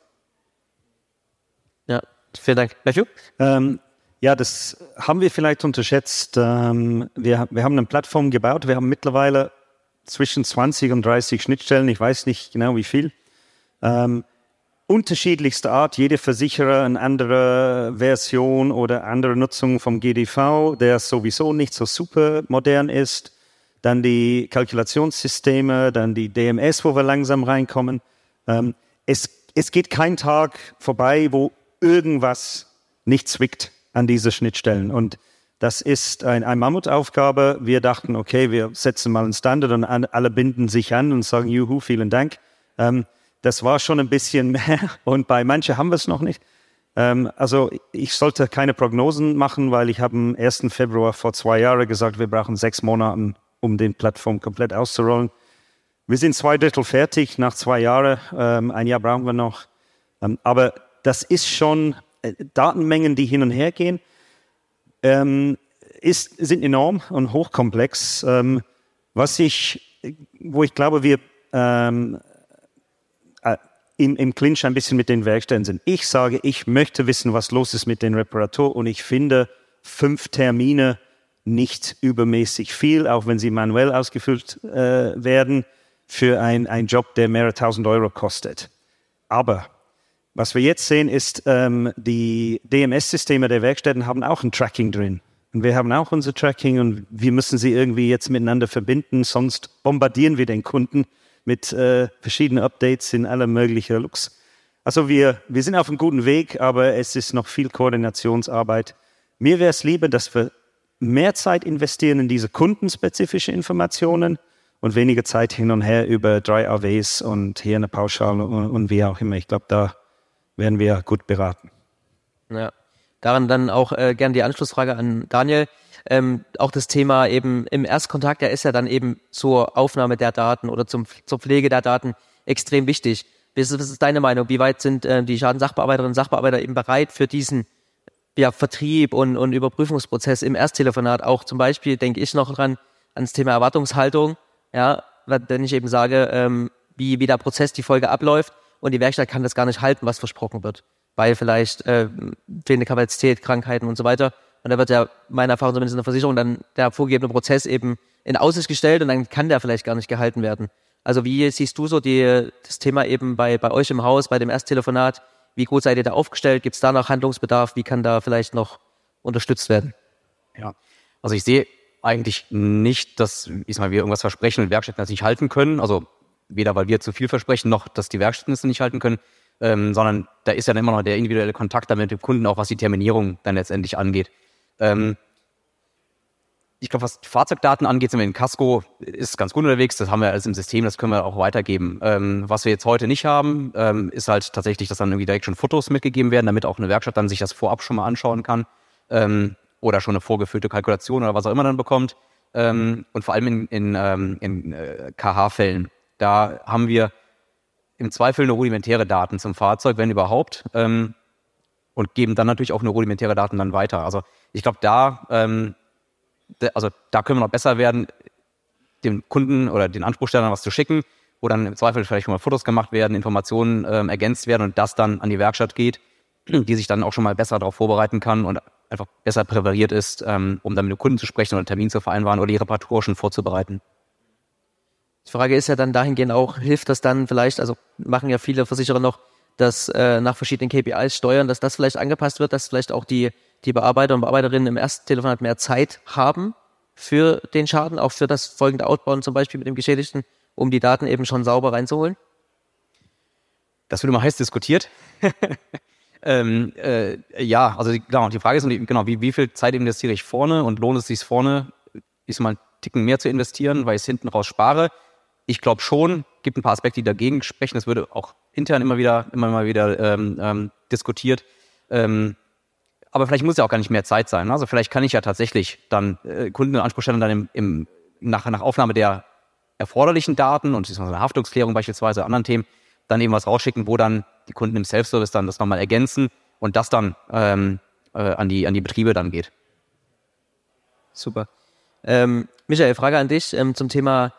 Ja, vielen Dank. Matthew? Ähm, ja, das haben wir vielleicht unterschätzt. Ähm, wir, wir haben eine Plattform gebaut. Wir haben mittlerweile zwischen zwanzig und dreißig Schnittstellen. Ich weiß nicht genau wie viel. Ähm, unterschiedlichster Art. Jeder Versicherer eine andere Version oder andere Nutzung vom G D V, der sowieso nicht so super modern ist. Dann die Kalkulationssysteme, dann die D M S, wo wir langsam reinkommen. Ähm, es, es geht kein Tag vorbei, wo irgendwas nicht zwickt an diese Schnittstellen. Und das ist ein, eine Mammutaufgabe. Wir dachten, okay, wir setzen mal einen Standard und an, alle binden sich an und sagen, juhu, vielen Dank. Ähm, das war schon ein bisschen mehr und bei manchen haben wir es noch nicht. Ähm, also ich sollte keine Prognosen machen, weil ich habe am ersten Februar vor zwei Jahren gesagt, wir brauchen sechs Monate, um den Plattform komplett auszurollen. Wir sind zwei Drittel fertig nach zwei Jahren. Ähm, ein Jahr brauchen wir noch. Ähm, aber das ist schon äh, Datenmengen, die hin und her gehen, ähm, ist, sind enorm und hochkomplex. Ähm, was ich, wo ich glaube, wir ähm, äh, im, im Clinch ein bisschen mit den Werkstätten sind. Ich sage, ich möchte wissen, was los ist mit den Reparaturen und ich finde fünf Termine nicht übermäßig viel, auch wenn sie manuell ausgefüllt äh, werden, für ein, ein Job, der mehrere tausend Euro kostet. Aber was wir jetzt sehen, ist, ähm, die D M S-Systeme der Werkstätten haben auch ein Tracking drin. Und wir haben auch unser Tracking und wir müssen sie irgendwie jetzt miteinander verbinden, sonst bombardieren wir den Kunden mit äh, verschiedenen Updates in aller möglichen Looks. Also wir, wir sind auf einem guten Weg, aber es ist noch viel Koordinationsarbeit. Mir wäre es lieber, dass wir mehr Zeit investieren in diese kundenspezifischen Informationen und weniger Zeit hin und her über drei A Ws und hier eine Pauschale und, und wie auch immer. Ich glaube, da werden wir gut beraten. Ja, daran dann auch äh, gerne die Anschlussfrage an Daniel. Ähm, auch das Thema eben im Erstkontakt, der ist ja dann eben zur Aufnahme der Daten oder zum, zur Pflege der Daten extrem wichtig. Was ist, was ist deine Meinung? Wie weit sind äh, die Schadensachbearbeiterinnen und Sachbearbeiter eben bereit für diesen ja, Vertrieb und, und Überprüfungsprozess im Ersttelefonat? Auch zum Beispiel denke ich noch dran ans Thema Erwartungshaltung. Ja, wenn ich eben sage, ähm, wie, wie der Prozess, die Folge abläuft und die Werkstatt kann das gar nicht halten, was versprochen wird, weil vielleicht äh, fehlende Kapazität, Krankheiten und so weiter. Und da wird ja, meiner Erfahrung zumindest in der Versicherung, dann der vorgegebene Prozess eben in Aussicht gestellt und dann kann der vielleicht gar nicht gehalten werden. Also wie siehst du so die, das Thema eben bei, bei euch im Haus, bei dem Ersttelefonat? Wie gut seid ihr da aufgestellt? Gibt es da noch Handlungsbedarf? Wie kann da vielleicht noch unterstützt werden? Ja, also ich sehe eigentlich nicht, dass ich sag mal, wir irgendwas versprechen und Werkstätten das nicht halten können. Also weder, weil wir zu viel versprechen, noch, dass die Werkstätten es nicht halten können, ähm, sondern da ist ja dann immer noch der individuelle Kontakt dann mit dem Kunden, auch was die Terminierung dann letztendlich angeht. Ähm, ich glaube, was die Fahrzeugdaten angeht, sind wir in Casco, ist ganz gut unterwegs. Das haben wir alles im System, das können wir auch weitergeben. Ähm, was wir jetzt heute nicht haben, ähm, ist halt tatsächlich, dass dann irgendwie direkt schon Fotos mitgegeben werden, damit auch eine Werkstatt dann sich das vorab schon mal anschauen kann. Ähm, oder schon eine vorgefüllte Kalkulation oder was auch immer dann bekommt. ähm, und vor allem in, in, ähm, in äh, K H-Fällen. Da haben wir im Zweifel nur rudimentäre Daten zum Fahrzeug, wenn überhaupt, ähm, und geben dann natürlich auch nur rudimentäre Daten dann weiter. Also ich glaube, da, ähm, de, also da können wir noch besser werden, dem Kunden oder den Anspruchstellern was zu schicken, wo dann im Zweifel vielleicht schon mal Fotos gemacht werden, Informationen ähm, ergänzt werden und das dann an die Werkstatt geht, die sich dann auch schon mal besser darauf vorbereiten kann und einfach besser präpariert ist, ähm, um dann mit dem Kunden zu sprechen oder einen Termin zu vereinbaren oder die Reparatur schon vorzubereiten. Die Frage ist ja dann dahingehend auch, hilft das dann vielleicht, also machen ja viele Versicherer noch, dass äh, nach verschiedenen K P Is steuern, dass das vielleicht angepasst wird, dass vielleicht auch die, die Bearbeiter und Bearbeiterinnen im ersten Telefonat mehr Zeit haben für den Schaden, auch für das folgende Outbound zum Beispiel mit dem Geschädigten, um die Daten eben schon sauber reinzuholen? Das wird immer heiß diskutiert. ähm, äh, ja, also die, genau, die Frage ist, genau, wie, wie viel Zeit investiere ich vorne und lohnt es sich vorne, ist mal einen Ticken mehr zu investieren, weil ich es hinten raus spare. Ich glaube schon, gibt ein paar Aspekte, die dagegen sprechen. Das würde auch intern immer wieder, immer mal wieder ähm, ähm, diskutiert. Ähm, aber vielleicht muss ja auch gar nicht mehr Zeit sein. Also vielleicht kann ich ja tatsächlich dann äh, Kunden in Anspruch stellen, dann im, im, nach, nach Aufnahme der erforderlichen Daten und eine Haftungsklärung beispielsweise, anderen Themen, dann eben was rausschicken, wo dann die Kunden im Self-Service dann das nochmal ergänzen und das dann ähm, äh, an die, an die Betriebe dann geht. Super. Ähm, Michael, Frage an dich ähm, zum Thema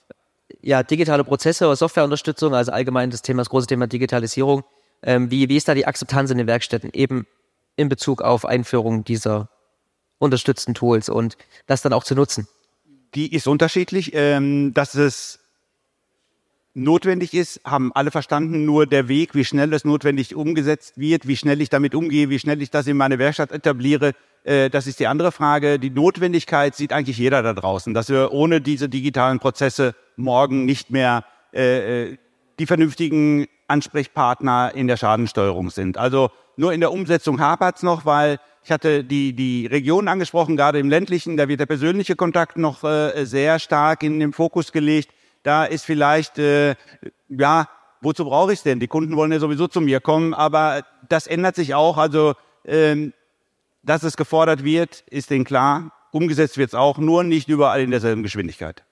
ja, digitale Prozesse oder Softwareunterstützung, also allgemein das Thema, das große Thema Digitalisierung. Ähm, wie, wie ist da die Akzeptanz in den Werkstätten eben in Bezug auf Einführung dieser unterstützten Tools und das dann auch zu nutzen? Die ist unterschiedlich. Ähm, dass es notwendig ist, haben alle verstanden. Nur der Weg, wie schnell das notwendig umgesetzt wird, wie schnell ich damit umgehe, wie schnell ich das in meine Werkstatt etabliere, äh, das ist die andere Frage. Die Notwendigkeit sieht eigentlich jeder da draußen, dass wir ohne diese digitalen Prozesse morgen nicht mehr äh, die vernünftigen Ansprechpartner in der Schadensteuerung sind. Also nur in der Umsetzung hapert es noch, weil ich hatte die, die Region angesprochen, gerade im ländlichen, da wird der persönliche Kontakt noch äh, sehr stark in den Fokus gelegt. Da ist vielleicht, äh, ja, wozu brauche ich es denn? Die Kunden wollen ja sowieso zu mir kommen, aber das ändert sich auch. Also, ähm, dass es gefordert wird, ist denen klar. Umgesetzt wird es auch, nur nicht überall in derselben Geschwindigkeit.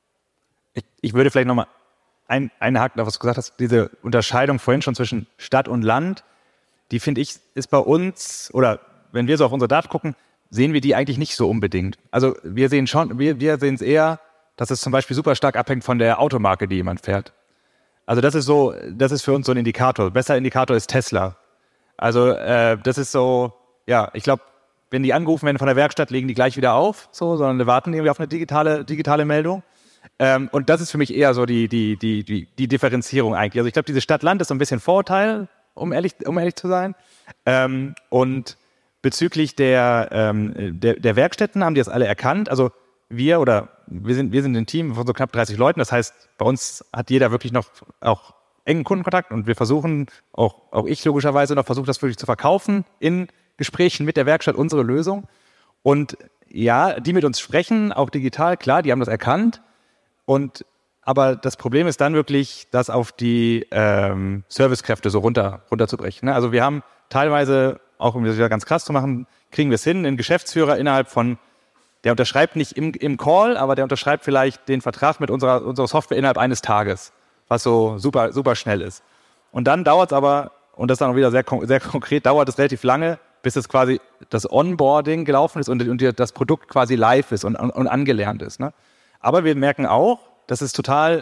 Ich, ich würde vielleicht nochmal ein, einhaken, was du gesagt hast, diese Unterscheidung vorhin schon zwischen Stadt und Land, die finde ich, ist bei uns, oder wenn wir so auf unsere Daten gucken, sehen wir die eigentlich nicht so unbedingt. Also wir sehen schon, wir, wir sehen es eher, dass es zum Beispiel super stark abhängt von der Automarke, die jemand fährt. Also das ist so, das ist für uns so ein Indikator. Besser Indikator ist Tesla. Also äh, das ist so, ja, ich glaube, wenn die angerufen werden von der Werkstatt, legen die gleich wieder auf, so, sondern wir warten irgendwie auf eine digitale, digitale Meldung. Ähm, und das ist für mich eher so die, die, die, die, die Differenzierung eigentlich. Also ich glaube, diese Stadt-Land ist so ein bisschen Vorurteil, um ehrlich, um ehrlich zu sein. Ähm, und bezüglich der, ähm, der, der Werkstätten haben die das alle erkannt. Also wir oder wir sind, wir sind ein Team von so knapp dreißig Leuten. Das heißt, bei uns hat jeder wirklich noch auch engen Kundenkontakt und wir versuchen, auch, auch ich logischerweise noch versuche, das wirklich zu verkaufen in Gesprächen mit der Werkstatt, unsere Lösung. Und ja, die mit uns sprechen, auch digital, klar, die haben das erkannt. Und aber das Problem ist dann wirklich, das auf die ähm, Servicekräfte so runter runterzubrechen. Ne? Also wir haben teilweise, auch um das wieder ganz krass zu machen, kriegen wir es hin, einen Geschäftsführer innerhalb von, der unterschreibt nicht im, im Call, aber der unterschreibt vielleicht den Vertrag mit unserer, unserer Software innerhalb eines Tages, was so super, super schnell ist. Und dann dauert es aber, und das ist dann auch wieder sehr, sehr konkret, dauert es relativ lange, bis es quasi das Onboarding gelaufen ist und, und das Produkt quasi live ist und, und, und angelernt ist. Ne? Aber wir merken auch, dass es total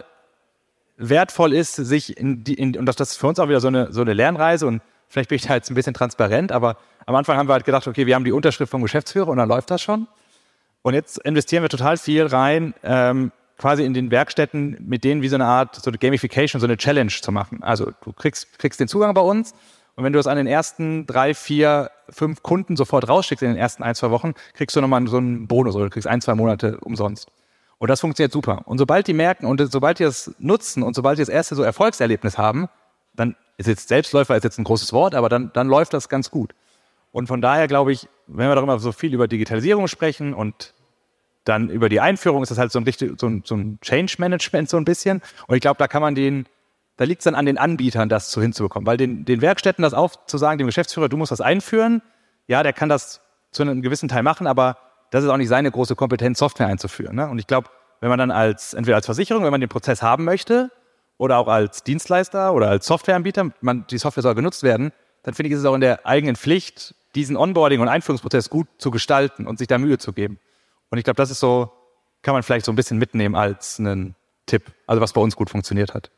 wertvoll ist, sich in die, in, und das ist für uns auch wieder so eine, so eine Lernreise und vielleicht bin ich da jetzt ein bisschen transparent, aber am Anfang haben wir halt gedacht, okay, wir haben die Unterschrift vom Geschäftsführer und dann läuft das schon. Und jetzt investieren wir total viel rein, ähm, quasi in den Werkstätten, mit denen wie so eine Art, so eine Gamification, so eine Challenge zu machen. Also du kriegst, kriegst den Zugang bei uns und wenn du das an den ersten drei, vier, fünf Kunden sofort rausschickst in den ersten ein, zwei Wochen, kriegst du nochmal so einen Bonus oder du kriegst ein, zwei Monate umsonst. Und das funktioniert super. Und sobald die merken und sobald die das nutzen und sobald die das erste so Erfolgserlebnis haben, dann ist jetzt Selbstläufer ist jetzt ein großes Wort, aber dann, dann läuft das ganz gut. Und von daher glaube ich, wenn wir doch immer so viel über Digitalisierung sprechen und dann über die Einführung, ist das halt so ein, richtig, so ein, so ein Change-Management so ein bisschen. Und ich glaube, da kann man den, da liegt es dann an den Anbietern, das so hinzubekommen. Weil den, den Werkstätten das aufzusagen, dem Geschäftsführer, du musst das einführen, ja, der kann das zu einem gewissen Teil machen, aber das ist auch nicht seine große Kompetenz, Software einzuführen. Ne? Und ich glaube, wenn man dann als, entweder als Versicherung, wenn man den Prozess haben möchte, oder auch als Dienstleister oder als Softwareanbieter, man, die Software soll genutzt werden, dann finde ich, ist es auch in der eigenen Pflicht, diesen Onboarding- und Einführungsprozess gut zu gestalten und sich da Mühe zu geben. Und ich glaube, das ist so, kann man vielleicht so ein bisschen mitnehmen als einen Tipp, also was bei uns gut funktioniert hat.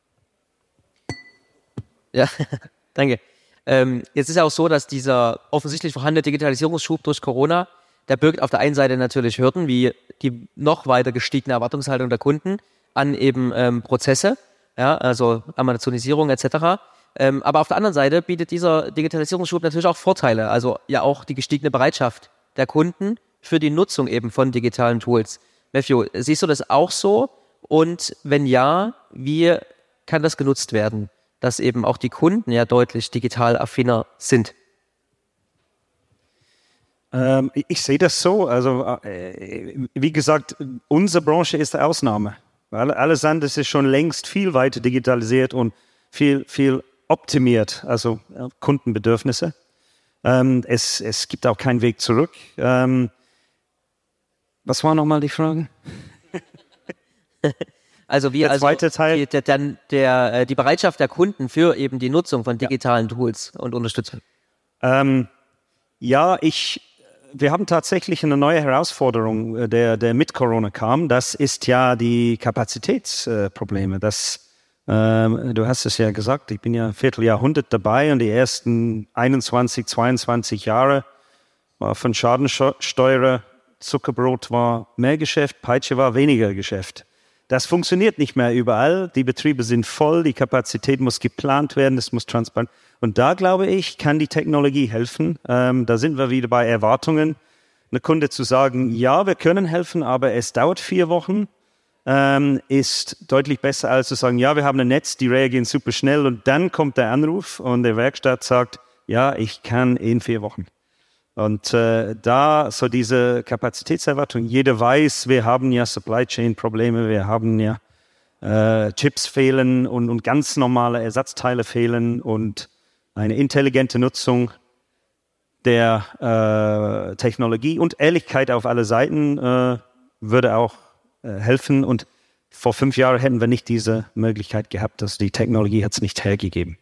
Ja, danke. Ähm, jetzt ist ja auch so, dass dieser offensichtlich vorhandene Digitalisierungsschub durch Corona, der birgt auf der einen Seite natürlich Hürden, wie die noch weiter gestiegene Erwartungshaltung der Kunden an eben ähm, Prozesse, ja, also Amazonisierung et cetera. Ähm, aber auf der anderen Seite bietet dieser Digitalisierungsschub natürlich auch Vorteile, also ja auch die gestiegene Bereitschaft der Kunden für die Nutzung eben von digitalen Tools. Matthew, siehst du das auch so? Und wenn ja, wie kann das genutzt werden, dass eben auch die Kunden ja deutlich digital affiner sind? Ähm, ich sehe das so. Also äh, wie gesagt, unsere Branche ist eine Ausnahme. Alles andere ist schon längst viel weiter digitalisiert und viel, viel optimiert, also ja, Kundenbedürfnisse. Ähm, es, es gibt auch keinen Weg zurück. Ähm, was war nochmal die Frage? Also wie der also zweite Teil. Die, der, der, der, die Bereitschaft der Kunden für eben die Nutzung von digitalen ja. Tools und Unterstützung. Ähm, ja, ich, wir haben tatsächlich eine neue Herausforderung, der, der mit Corona kam. Das ist ja die Kapazitätsprobleme. Das Ähm, du hast es ja gesagt, ich bin ja ein Vierteljahrhundert dabei und die ersten einundzwanzig, zweiundzwanzig Jahre war von Schadensteuer, Zuckerbrot war mehr Geschäft, Peitsche war weniger Geschäft. Das funktioniert nicht mehr überall. Die Betriebe sind voll, die Kapazität muss geplant werden, es muss transparent. Und da, glaube ich, kann die Technologie helfen. Ähm, da sind wir wieder bei Erwartungen. Eine Kunde zu sagen, ja, wir können helfen, aber es dauert vier Wochen. Ähm, ist deutlich besser, als zu sagen, ja, wir haben ein Netz, die reagieren super schnell und dann kommt der Anruf und der Werkstatt sagt, ja, ich kann in vier Wochen. Und äh, da so diese Kapazitätserwartung, jeder weiß, wir haben ja Supply Chain Probleme, wir haben ja äh, Chips fehlen und, und ganz normale Ersatzteile fehlen und eine intelligente Nutzung der äh, Technologie und Ehrlichkeit auf alle Seiten äh, würde auch helfen. Und vor fünf Jahren hätten wir nicht diese Möglichkeit gehabt, dass die Technologie hat es nicht hergegeben.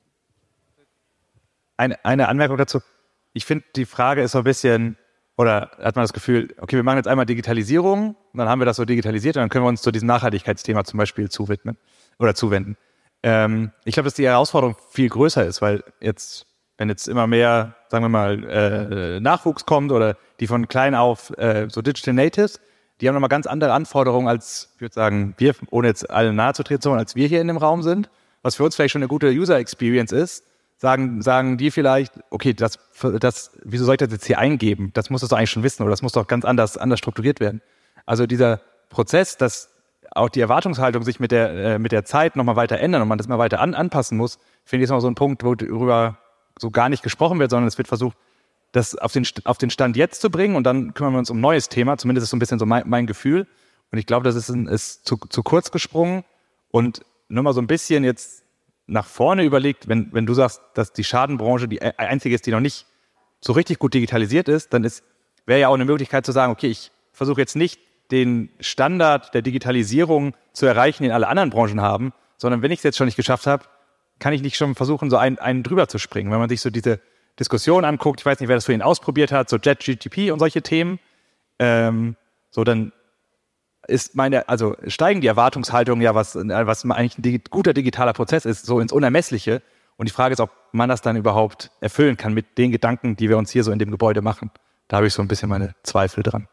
Eine, eine Anmerkung dazu. Ich finde, die Frage ist so ein bisschen, oder hat man das Gefühl, okay, wir machen jetzt einmal Digitalisierung und dann haben wir das so digitalisiert und dann können wir uns zu diesem Nachhaltigkeitsthema zum Beispiel zuwidmen oder zuwenden. Ähm, ich glaube, dass die Herausforderung viel größer ist, weil jetzt, wenn jetzt immer mehr, sagen wir mal, äh, Nachwuchs kommt oder die von klein auf äh, so Digital Natives, die haben nochmal ganz andere Anforderungen als, ich würde sagen, wir, ohne jetzt allen nahe zu treten, als wir hier in dem Raum sind. Was für uns vielleicht schon eine gute User Experience ist, sagen, sagen die vielleicht, okay, das, das, wieso soll ich das jetzt hier eingeben? Das muss es doch eigentlich schon wissen oder das muss doch ganz anders, anders strukturiert werden. Also dieser Prozess, dass auch die Erwartungshaltung sich mit der, äh, mit der Zeit nochmal weiter ändern und man das mal weiter an, anpassen muss, finde ich, ist noch so ein Punkt, worüber so gar nicht gesprochen wird, sondern es wird versucht, das auf den, auf den Stand jetzt zu bringen und dann kümmern wir uns um ein neues Thema. Zumindest ist so ein bisschen so mein, mein Gefühl. Und ich glaube, das ist, ein, ist zu, zu kurz gesprungen und nur mal so ein bisschen jetzt nach vorne überlegt, wenn, wenn du sagst, dass die Schadenbranche die einzige ist, die noch nicht so richtig gut digitalisiert ist, dann ist, wäre ja auch eine Möglichkeit zu sagen, okay, ich versuche jetzt nicht den Standard der Digitalisierung zu erreichen, den alle anderen Branchen haben, sondern wenn ich es jetzt schon nicht geschafft habe, kann ich nicht schon versuchen, so einen, einen drüber zu springen. Wenn man sich so diese Diskussion anguckt, ich weiß nicht, wer das für ihn ausprobiert hat, so ChatGPT und solche Themen, ähm, so dann ist meine, also steigen die Erwartungshaltungen ja, was, was eigentlich ein digi- guter digitaler Prozess ist, so ins Unermessliche. Und die Frage ist, ob man das dann überhaupt erfüllen kann mit den Gedanken, die wir uns hier so in dem Gebäude machen. Da habe ich so ein bisschen meine Zweifel dran.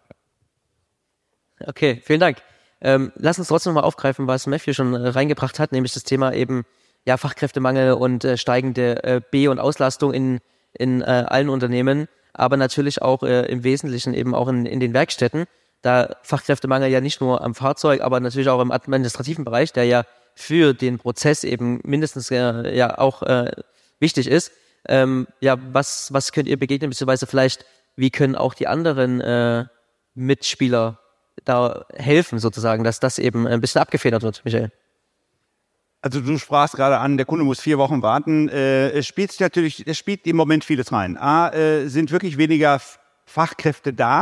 Okay, vielen Dank. Ähm, lass uns trotzdem mal aufgreifen, was Matthew schon äh, reingebracht hat, nämlich das Thema eben ja Fachkräftemangel und äh, steigende äh, B- und Auslastung in in äh, allen Unternehmen, aber natürlich auch äh, im Wesentlichen eben auch in, in den Werkstätten, da Fachkräftemangel ja nicht nur am Fahrzeug, aber natürlich auch im administrativen Bereich, der ja für den Prozess eben mindestens äh, ja auch äh, wichtig ist. Ähm, ja, was was könnt ihr begegnen, beziehungsweise vielleicht, wie können auch die anderen äh, Mitspieler da helfen sozusagen, dass das eben ein bisschen abgefedert wird, Michael? Also du sprachst gerade an, der Kunde muss vier Wochen warten. Äh, es spielt natürlich, es spielt im Moment vieles rein. A, äh, sind wirklich weniger Fachkräfte da,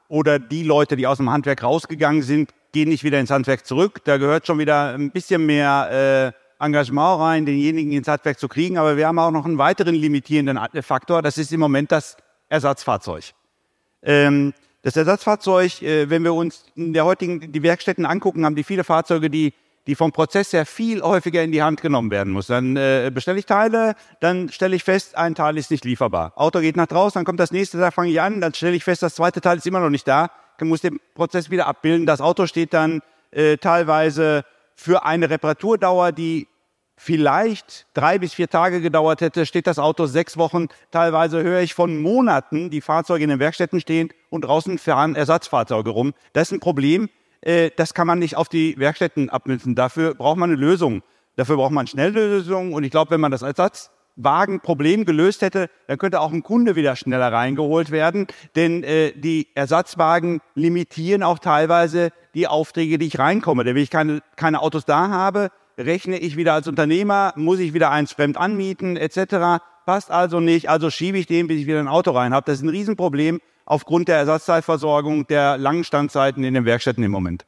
oder die Leute, die aus dem Handwerk rausgegangen sind, gehen nicht wieder ins Handwerk zurück. Da gehört schon wieder ein bisschen mehr äh, Engagement rein, denjenigen ins Handwerk zu kriegen. Aber wir haben auch noch einen weiteren limitierenden Faktor. Das ist im Moment das Ersatzfahrzeug. Ähm, das Ersatzfahrzeug, äh, wenn wir uns in der heutigen die Werkstätten angucken, haben die viele Fahrzeuge, die die vom Prozess her viel häufiger in die Hand genommen werden muss. Dann äh, bestelle ich Teile, dann stelle ich fest, ein Teil ist nicht lieferbar. Auto geht nach draußen, dann kommt das nächste, da fange ich an, dann stelle ich fest, das zweite Teil ist immer noch nicht da, dann muss den Prozess wieder abbilden. Das Auto steht dann äh, teilweise für eine Reparaturdauer, die vielleicht drei bis vier Tage gedauert hätte, steht das Auto sechs Wochen. Teilweise höre ich von Monaten, die Fahrzeuge in den Werkstätten stehen und draußen fahren Ersatzfahrzeuge rum. Das ist ein Problem. Das kann man nicht auf die Werkstätten abmünzen. Dafür braucht man eine Lösung. Dafür braucht man schnelle Lösungen. Und ich glaube, wenn man das Ersatzwagenproblem gelöst hätte, dann könnte auch ein Kunde wieder schneller reingeholt werden. Denn äh, die Ersatzwagen limitieren auch teilweise die Aufträge, die ich reinkomme. Denn wenn ich keine, keine Autos da habe, rechne ich wieder als Unternehmer, muss ich wieder eins fremd anmieten et cetera. Passt also nicht. Also schiebe ich den, bis ich wieder ein Auto rein habe. Das ist ein Riesenproblem aufgrund der Ersatzteilversorgung, der langen Standzeiten in den Werkstätten im Moment.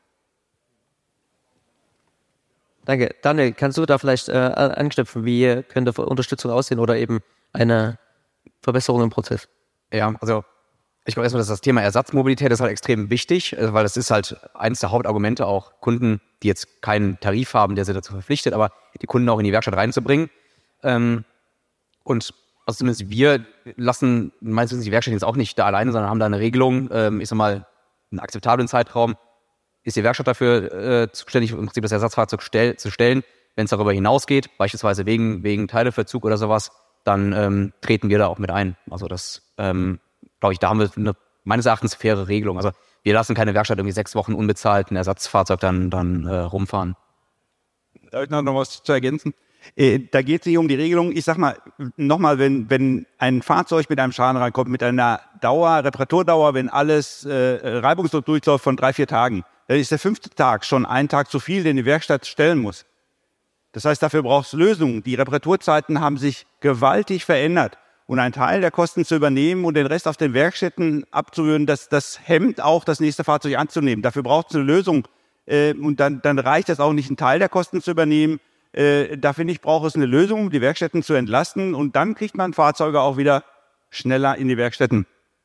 Danke. Daniel, kannst du da vielleicht äh, anknüpfen, wie könnte Unterstützung aussehen oder eben eine Verbesserung im Prozess? Ja, also ich glaube erstmal, dass das Thema Ersatzmobilität ist halt extrem wichtig, weil das ist halt eines der Hauptargumente, auch Kunden, die jetzt keinen Tarif haben, der sie dazu verpflichtet, aber die Kunden auch in die Werkstatt reinzubringen. Ähm, und also zumindest wir lassen meistens die Werkstatt jetzt auch nicht da alleine, sondern haben da eine Regelung, ähm, ich sag mal, einen akzeptablen Zeitraum, ist die Werkstatt dafür äh, zuständig, im Prinzip das Ersatzfahrzeug stell, zu stellen. Wenn es darüber hinausgeht, beispielsweise wegen, wegen Teileverzug oder sowas, dann ähm, treten wir da auch mit ein. Also das, ähm, glaube ich, da haben wir eine meines Erachtens faire Regelung. Also wir lassen keine Werkstatt irgendwie sechs Wochen unbezahlt ein Ersatzfahrzeug dann, dann äh, rumfahren. Darf ich noch was zu ergänzen? Äh, da geht es nicht um die Regelung. Ich sag mal, nochmal, wenn, wenn ein Fahrzeug mit einem Schaden reinkommt, mit einer Dauer, Reparaturdauer, wenn alles äh, reibungslos durchläuft von drei, vier Tagen, dann ist der fünfte Tag schon ein Tag zu viel, den die Werkstatt stellen muss. Das heißt, dafür braucht es Lösungen. Die Reparaturzeiten haben sich gewaltig verändert. Und ein Teil der Kosten zu übernehmen und den Rest auf den Werkstätten abzuwürden, das, das hemmt auch, das nächste Fahrzeug anzunehmen. Dafür braucht es eine Lösung. Äh, und dann, dann reicht es auch nicht, einen Teil der Kosten zu übernehmen. Äh, da finde ich, braucht es eine Lösung, um die Werkstätten zu entlasten. Und dann kriegt man Fahrzeuge auch wieder schneller in die Werkstätten.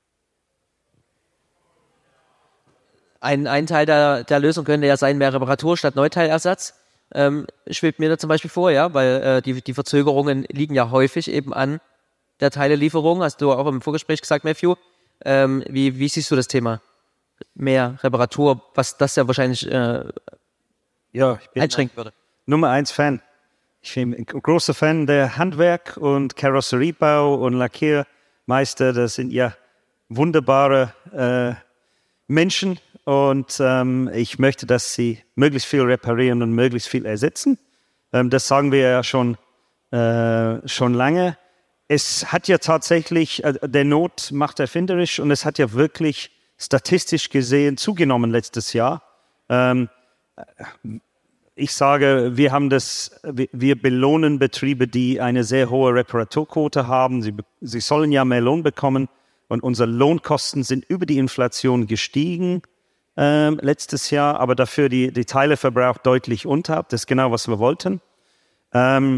Ein, ein Teil der, der Lösung könnte ja sein, mehr Reparatur statt Neuteilersatz. Ähm, schwebt mir da zum Beispiel vor, ja, weil äh, die, die Verzögerungen liegen ja häufig eben an der Teilelieferung, hast du auch im Vorgespräch gesagt, Matthew. Ähm, wie, wie siehst du das Thema? Mehr Reparatur, was das ja wahrscheinlich äh, ja, ich bin einschränken würde. Nummer eins Fan. Ich bin ein großer Fan der Handwerk und Karosseriebau und Lackiermeister. Das sind ja wunderbare äh, Menschen und ähm, ich möchte, dass sie möglichst viel reparieren und möglichst viel ersetzen. Ähm, das sagen wir ja schon, äh, schon lange. Es hat ja tatsächlich, äh, der Not macht erfinderisch und es hat ja wirklich statistisch gesehen zugenommen letztes Jahr. Ähm, ich sage, wir haben das, wir belohnen Betriebe, die eine sehr hohe Reparaturquote haben. Sie, sie sollen ja mehr Lohn bekommen und unsere Lohnkosten sind über die Inflation gestiegen ähm, letztes Jahr, aber dafür die, die Teileverbrauch deutlich unter. Das ist genau, was wir wollten. Ähm,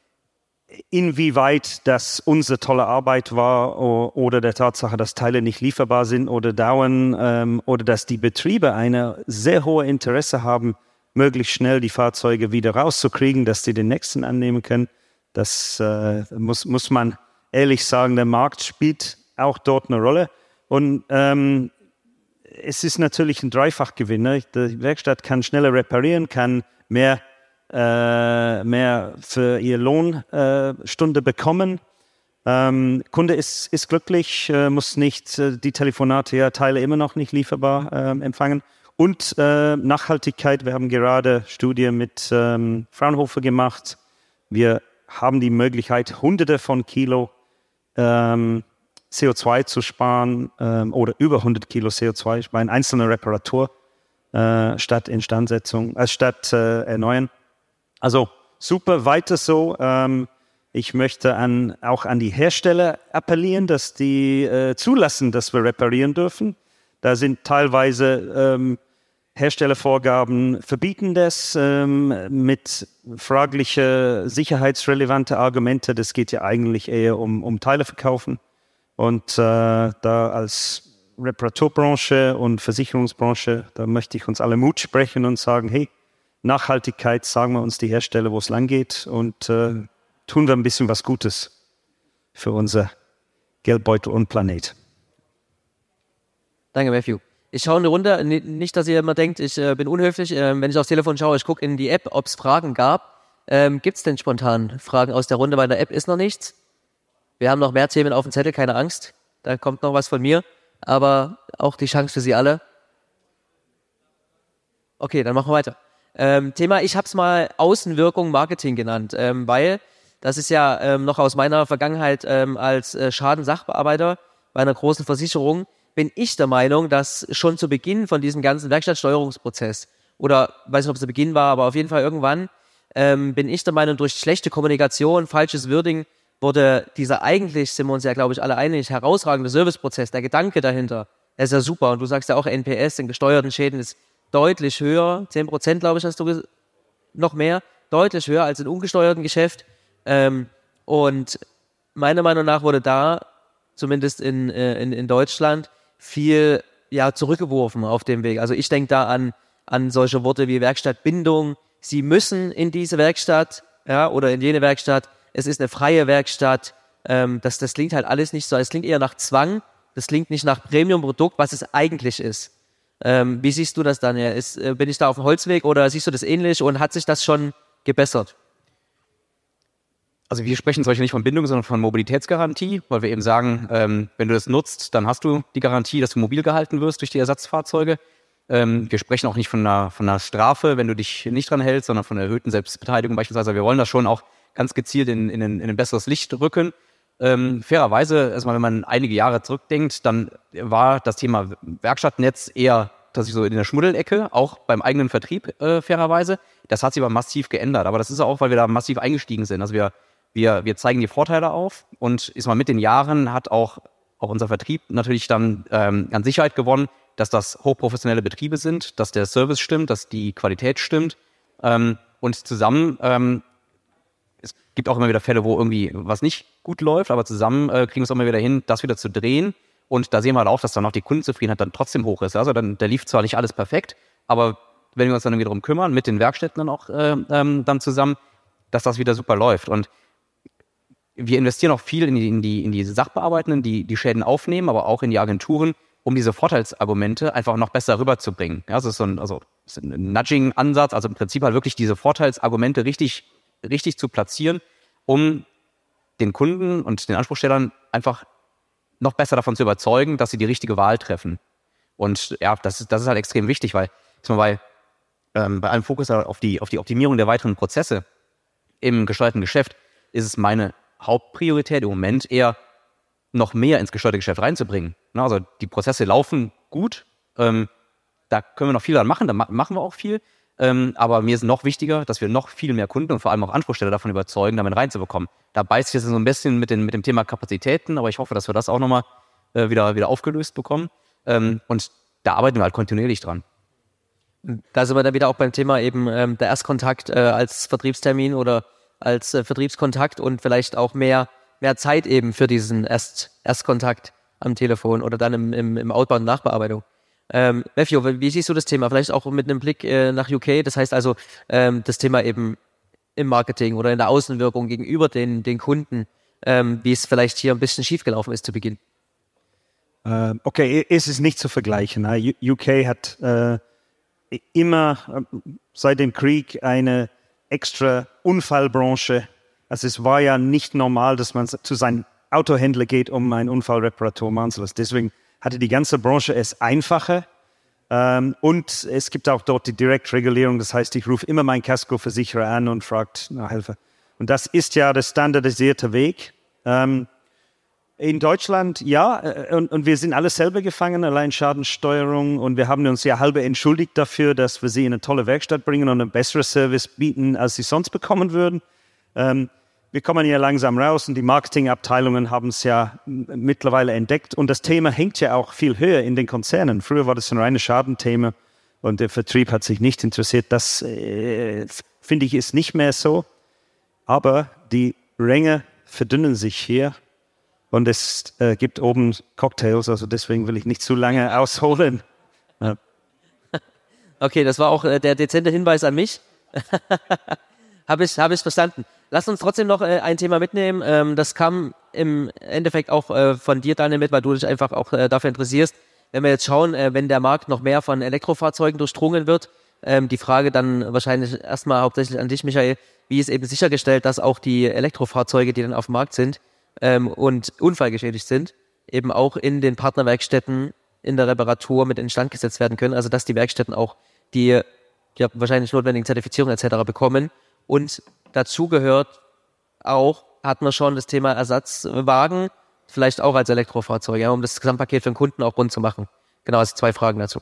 Inwieweit das unsere tolle Arbeit war oder der Tatsache, dass Teile nicht lieferbar sind oder dauern ähm, oder dass die Betriebe eine sehr hohe Interesse haben, möglichst schnell die Fahrzeuge wieder rauszukriegen, dass sie den nächsten annehmen können, das äh, muss, muss man ehrlich sagen, der Markt spielt auch dort eine Rolle. Und ähm, es ist natürlich ein Dreifachgewinn. Ne? Die Werkstatt kann schneller reparieren, kann mehr Äh, mehr für ihr Lohnstunde äh, bekommen. Ähm, Kunde ist, ist glücklich, äh, muss nicht äh, die Telefonate, ja, Teile immer noch nicht lieferbar äh, empfangen. Und äh, Nachhaltigkeit, wir haben gerade Studie mit ähm, Fraunhofer gemacht. Wir haben die Möglichkeit, hunderte von Kilo ähm, C O zwei zu sparen ähm, oder über hundert Kilo C O zwei bei einer einzelnen Reparatur äh, statt Instandsetzung, äh, statt äh, Erneuern. Also super, weiter so. Ähm, ich möchte an, auch an die Hersteller appellieren, dass die äh, zulassen, dass wir reparieren dürfen. Da sind teilweise ähm, Herstellervorgaben verbieten das ähm, mit fragliche sicherheitsrelevante Argumente. Das geht ja eigentlich eher um, um Teile verkaufen. Und äh, da als Reparaturbranche und Versicherungsbranche, da möchte ich uns alle Mut sprechen und sagen, hey, Nachhaltigkeit, sagen wir uns die Hersteller, wo es lang geht und äh, tun wir ein bisschen was Gutes für unser Geldbeutel und Planet. Danke, Matthew. Ich schaue eine Runde, nicht, dass ihr immer denkt, ich äh, bin unhöflich. Ähm, wenn ich aufs Telefon schaue, ich gucke in die App, ob es Fragen gab. Ähm, Gibt es denn spontan Fragen aus der Runde? Bei der App ist noch nichts. Wir haben noch mehr Themen auf dem Zettel, keine Angst. Da kommt noch was von mir, aber auch die Chance für Sie alle. Okay, dann machen wir weiter. Ähm, Thema, ich habe es mal Außenwirkung Marketing genannt, ähm, weil das ist ja ähm, noch aus meiner Vergangenheit ähm, als äh, Schadensachbearbeiter bei einer großen Versicherung, bin ich der Meinung, dass schon zu Beginn von diesem ganzen Werkstattsteuerungsprozess, oder weiß nicht, ob es zu Beginn war, aber auf jeden Fall irgendwann, ähm, bin ich der Meinung, durch schlechte Kommunikation, falsches Wording, wurde dieser eigentlich, sind wir uns ja, glaube ich, alle einig, herausragende Serviceprozess, der Gedanke dahinter, der ist ja super. Und du sagst ja auch, N P S in gesteuerten Schäden ist deutlich höher, zehn Prozent, glaube ich, hast du noch mehr, deutlich höher als in ungesteuerten Geschäft. Ähm, und meiner Meinung nach wurde da, zumindest in, äh, in, in Deutschland, viel ja, zurückgeworfen auf dem Weg. Also ich denke da an, an solche Worte wie Werkstattbindung. Sie müssen in diese Werkstatt, ja, oder in jene Werkstatt. Es ist eine freie Werkstatt. Ähm, das, das klingt halt alles nicht so. Es klingt eher nach Zwang. Das klingt nicht nach Premium-Produkt, was es eigentlich ist. Ähm, wie siehst du das, Daniel? Ist, äh, bin ich da auf dem Holzweg oder siehst du das ähnlich und hat sich das schon gebessert? Also wir sprechen zum Beispiel nicht von Bindung, sondern von Mobilitätsgarantie, weil wir eben sagen, ähm, wenn du das nutzt, dann hast du die Garantie, dass du mobil gehalten wirst durch die Ersatzfahrzeuge. Ähm, wir sprechen auch nicht von einer, von einer Strafe, wenn du dich nicht dran hältst, sondern von einer erhöhten Selbstbeteiligung beispielsweise. Wir wollen das schon auch ganz gezielt in, in, ein, in ein besseres Licht rücken. Ähm, fairerweise, erstmal, wenn man einige Jahre zurückdenkt, dann war das Thema Werkstattnetz eher tatsächlich so in der Schmuddelecke, auch beim eigenen Vertrieb, äh, fairerweise. Das hat sich aber massiv geändert. Aber das ist auch, weil wir da massiv eingestiegen sind. Also wir Wir, wir zeigen die Vorteile auf und ist mal mit den Jahren hat auch, auch unser Vertrieb natürlich dann ähm, an Sicherheit gewonnen, dass das hochprofessionelle Betriebe sind, dass der Service stimmt, dass die Qualität stimmt ähm, und zusammen, ähm, es gibt auch immer wieder Fälle, wo irgendwie was nicht gut läuft, aber zusammen äh, kriegen wir es auch immer wieder hin, das wieder zu drehen und da sehen wir halt auch, dass dann auch die Kundenzufriedenheit dann trotzdem hoch ist. Also dann, da lief zwar nicht alles perfekt, aber wenn wir uns dann irgendwie darum kümmern, mit den Werkstätten dann auch äh, ähm, dann zusammen, dass das wieder super läuft und wir investieren auch viel in die, in die, in die Sachbearbeitenden, die die Schäden aufnehmen, aber auch in die Agenturen, um diese Vorteilsargumente einfach noch besser rüberzubringen. Ja, das ist so ein, also, das ist ein Nudging-Ansatz, also im Prinzip halt wirklich diese Vorteilsargumente richtig, richtig zu platzieren, um den Kunden und den Anspruchstellern einfach noch besser davon zu überzeugen, dass sie die richtige Wahl treffen. Und ja, das ist, das ist halt extrem wichtig, weil zum Beispiel bei, ähm, bei allem Fokus auf die, auf die Optimierung der weiteren Prozesse im gesteuerten Geschäft ist es meine Hauptpriorität im Moment eher noch mehr ins gesteuerte Geschäft reinzubringen. Also die Prozesse laufen gut, ähm, da können wir noch viel dran machen, da ma- machen wir auch viel, ähm, aber mir ist noch wichtiger, dass wir noch viel mehr Kunden und vor allem auch Anspruchsteller davon überzeugen, damit reinzubekommen. Da beißt sich jetzt so ein bisschen mit, den, mit dem Thema Kapazitäten, aber ich hoffe, dass wir das auch nochmal äh, wieder, wieder aufgelöst bekommen ähm, und da arbeiten wir halt kontinuierlich dran. Da sind wir dann wieder auch beim Thema eben ähm, der Erstkontakt äh, als Vertriebstermin oder als äh, Vertriebskontakt und vielleicht auch mehr mehr Zeit eben für diesen Erst, Erstkontakt am Telefon oder dann im, im, im Outbound Nachbearbeitung. Ähm, Matthew, wie siehst du das Thema? Vielleicht auch mit einem Blick äh, nach U K, das heißt also ähm, das Thema eben im Marketing oder in der Außenwirkung gegenüber den, den Kunden, ähm, wie es vielleicht hier ein bisschen schiefgelaufen ist zu Beginn. Uh, okay, es ist nicht zu vergleichen. Ne? U K hat äh, immer äh, seit dem Krieg eine extra Unfallbranche. Also es war ja nicht normal, dass man zu seinem Autohändler geht, um einen Unfallreparatur machen zu lassen. Deswegen hatte die ganze Branche es einfacher. Ähm, und es gibt auch dort die Direktregulierung. Das heißt, ich rufe immer meinen Kaskoversicherer an und frage nach Hilfe. Und das ist ja der standardisierte Weg. Ähm, in Deutschland, ja, und, und wir sind alle selber gefangen, allein Schadensteuerung. Und wir haben uns ja halb entschuldigt dafür, dass wir sie in eine tolle Werkstatt bringen und einen besseren Service bieten, als sie sonst bekommen würden. Ähm, wir kommen hier langsam raus und die Marketingabteilungen haben es ja mittlerweile entdeckt. Und das Thema hängt ja auch viel höher in den Konzernen. Früher war das ein reines Schadenthema und der Vertrieb hat sich nicht interessiert. Das, äh, finde ich, ist nicht mehr so. Aber die Ränge verdünnen sich hier. Und es äh, gibt oben Cocktails, also deswegen will ich nicht zu lange ausholen. Ja. Okay, das war auch äh, der dezente Hinweis an mich. Habe ich, hab ich verstanden. Lass uns trotzdem noch äh, ein Thema mitnehmen. Ähm, das kam im Endeffekt auch äh, von dir, Daniel, mit, weil du dich einfach auch äh, dafür interessierst. Wenn wir jetzt schauen, äh, wenn der Markt noch mehr von Elektrofahrzeugen durchdrungen wird, ähm, die Frage dann wahrscheinlich erstmal hauptsächlich an dich, Michael, wie ist eben sichergestellt, dass auch die Elektrofahrzeuge, die dann auf dem Markt sind ähm, und unfallgeschädigt sind, eben auch in den Partnerwerkstätten in der Reparatur mit instand gesetzt werden können, also dass die Werkstätten auch die ja, wahrscheinlich notwendigen Zertifizierungen et cetera bekommen. Und dazu gehört auch, hatten wir schon das Thema Ersatzwagen, vielleicht auch als Elektrofahrzeuge, ja, um das Gesamtpaket für den Kunden auch rund zu machen. Genau, also zwei Fragen dazu.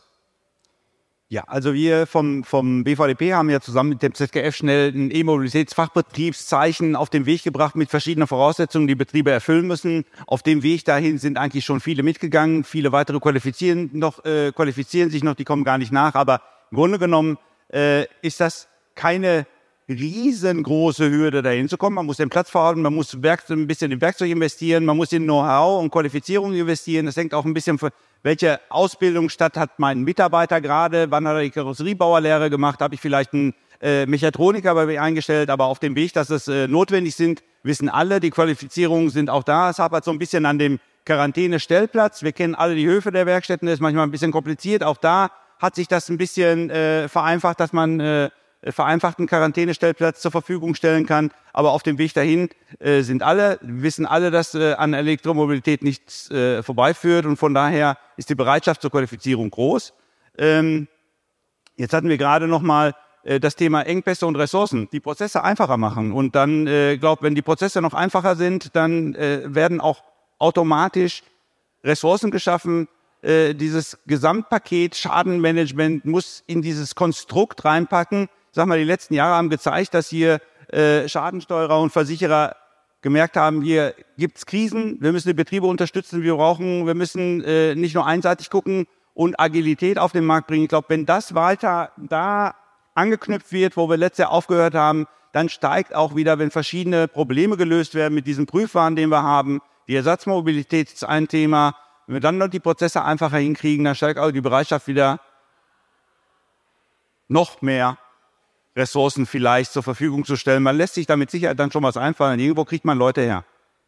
Ja, also wir vom, vom B V D P haben ja zusammen mit dem Z K F schnell ein E-Mobilitätsfachbetriebszeichen auf den Weg gebracht mit verschiedenen Voraussetzungen, die Betriebe erfüllen müssen. Auf dem Weg dahin sind eigentlich schon viele mitgegangen, viele weitere qualifizieren, noch, äh, qualifizieren sich noch, die kommen gar nicht nach. Aber im Grunde genommen äh, ist das keine riesengroße Hürde, dahin zu kommen. Man muss den Platz verhalten, man muss Werkzeug, ein bisschen in Werkzeug investieren, man muss in Know-how und Qualifizierung investieren. Das hängt auch ein bisschen von, welche Ausbildungsstadt hat mein Mitarbeiter gerade, wann hat er die Karosseriebauerlehre gemacht, habe ich vielleicht einen äh, Mechatroniker bei mir eingestellt, aber auf dem Weg, dass es äh, notwendig sind, wissen alle, die Qualifizierungen sind auch da. Es hapert so ein bisschen an dem Quarantänestellplatz. Wir kennen alle die Höfe der Werkstätten, das ist manchmal ein bisschen kompliziert. Auch da hat sich das ein bisschen äh, vereinfacht, dass man äh, vereinfachten Quarantänestellplatz zur Verfügung stellen kann. Aber auf dem Weg dahin äh, sind alle, wissen alle, dass äh, an Elektromobilität nichts äh, vorbeiführt. Und von daher ist die Bereitschaft zur Qualifizierung groß. Ähm, jetzt hatten wir gerade noch mal äh, das Thema Engpässe und Ressourcen, die Prozesse einfacher machen. Und dann, äh, glaube, wenn die Prozesse noch einfacher sind, dann äh, werden auch automatisch Ressourcen geschaffen. Äh, dieses Gesamtpaket Schadenmanagement muss in dieses Konstrukt reinpacken. Sag mal, die letzten Jahre haben gezeigt, dass hier äh, Schadensteuerer und Versicherer gemerkt haben, hier gibt's Krisen, wir müssen die Betriebe unterstützen, wir brauchen, wir müssen äh, nicht nur einseitig gucken und Agilität auf den Markt bringen. Ich glaube, wenn das weiter da angeknüpft wird, wo wir letztes Jahr aufgehört haben, dann steigt auch wieder, wenn verschiedene Probleme gelöst werden mit diesem Prüfwahn, den wir haben. Die Ersatzmobilität ist ein Thema. Wenn wir dann noch die Prozesse einfacher hinkriegen, dann steigt auch die Bereitschaft wieder, noch mehr Ressourcen vielleicht zur Verfügung zu stellen. Man lässt sich damit sicher dann schon was einfallen. Irgendwo kriegt man Leute her.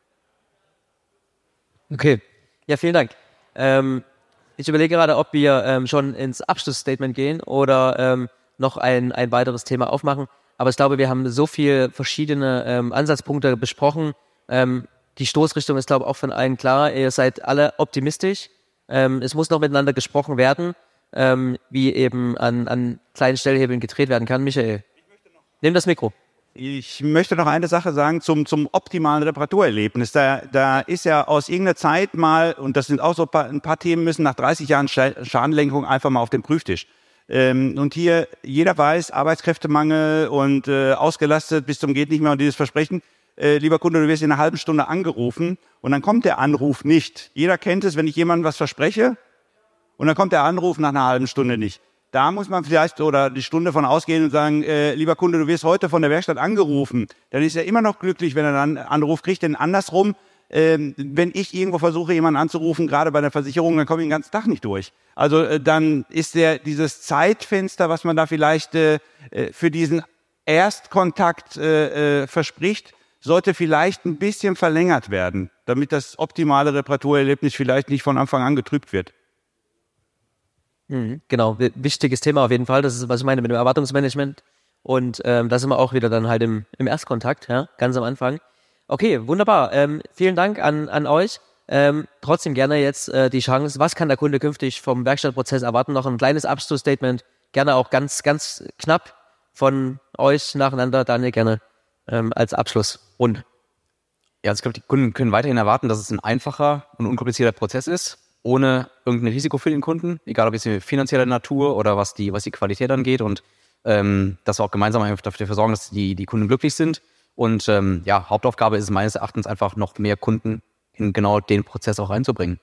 Okay, ja, vielen Dank. Ähm, ich überlege gerade, ob wir ähm, schon ins Abschlussstatement gehen oder ähm, noch ein, ein weiteres Thema aufmachen. Aber ich glaube, wir haben so viele verschiedene ähm, Ansatzpunkte besprochen. Ähm, die Stoßrichtung ist, glaube ich, auch von allen klar. Ihr seid alle optimistisch. Ähm, es muss noch miteinander gesprochen werden. Ähm, wie eben an, an kleinen Stellhebeln gedreht werden kann. Michael, nimm das Mikro. Ich möchte noch eine Sache sagen zum, zum optimalen Reparaturerlebnis. Da, da ist ja aus irgendeiner Zeit mal, und das sind auch so ein paar, ein paar Themen, müssen nach dreißig Jahren Schadenlenkung einfach mal auf den Prüftisch. Ähm, und hier, jeder weiß, Arbeitskräftemangel und äh, ausgelastet bis zum geht nicht mehr und dieses Versprechen, äh, lieber Kunde, du wirst in einer halben Stunde angerufen und dann kommt der Anruf nicht. Jeder kennt es, wenn ich jemandem was verspreche, und dann kommt der Anruf nach einer halben Stunde nicht. Da muss man vielleicht oder die Stunde von ausgehen und sagen, äh, lieber Kunde, du wirst heute von der Werkstatt angerufen. Dann ist er immer noch glücklich, wenn er dann einen Anruf kriegt. Denn andersrum, äh, wenn ich irgendwo versuche, jemanden anzurufen, gerade bei der Versicherung, dann komme ich den ganzen Tag nicht durch. Also äh, dann ist der dieses Zeitfenster, was man da vielleicht äh, für diesen Erstkontakt äh, äh, verspricht, sollte vielleicht ein bisschen verlängert werden, damit das optimale Reparaturerlebnis vielleicht nicht von Anfang an getrübt wird. Mhm, genau, wichtiges Thema auf jeden Fall. Das ist, was ich meine mit dem Erwartungsmanagement. Und ähm, da sind wir auch wieder dann halt im, im Erstkontakt, ja, ganz am Anfang. Okay, wunderbar. Ähm, vielen Dank an, an euch. Ähm, trotzdem gerne jetzt äh, die Chance, was kann der Kunde künftig vom Werkstattprozess erwarten? Noch ein kleines Abschlussstatement. Gerne auch ganz, ganz knapp von euch nacheinander. Daniel, gerne ähm, als Abschlussrunde. Ja, also ich glaube, die Kunden können weiterhin erwarten, dass es ein einfacher und unkomplizierter Prozess ist, ohne irgendein Risiko für den Kunden, egal ob es finanzieller Natur oder was die, was die Qualität angeht und ähm, dass wir auch gemeinsam dafür sorgen, dass die, die Kunden glücklich sind. Und ähm, ja, Hauptaufgabe ist es meines Erachtens einfach noch mehr Kunden in genau den Prozess auch reinzubringen.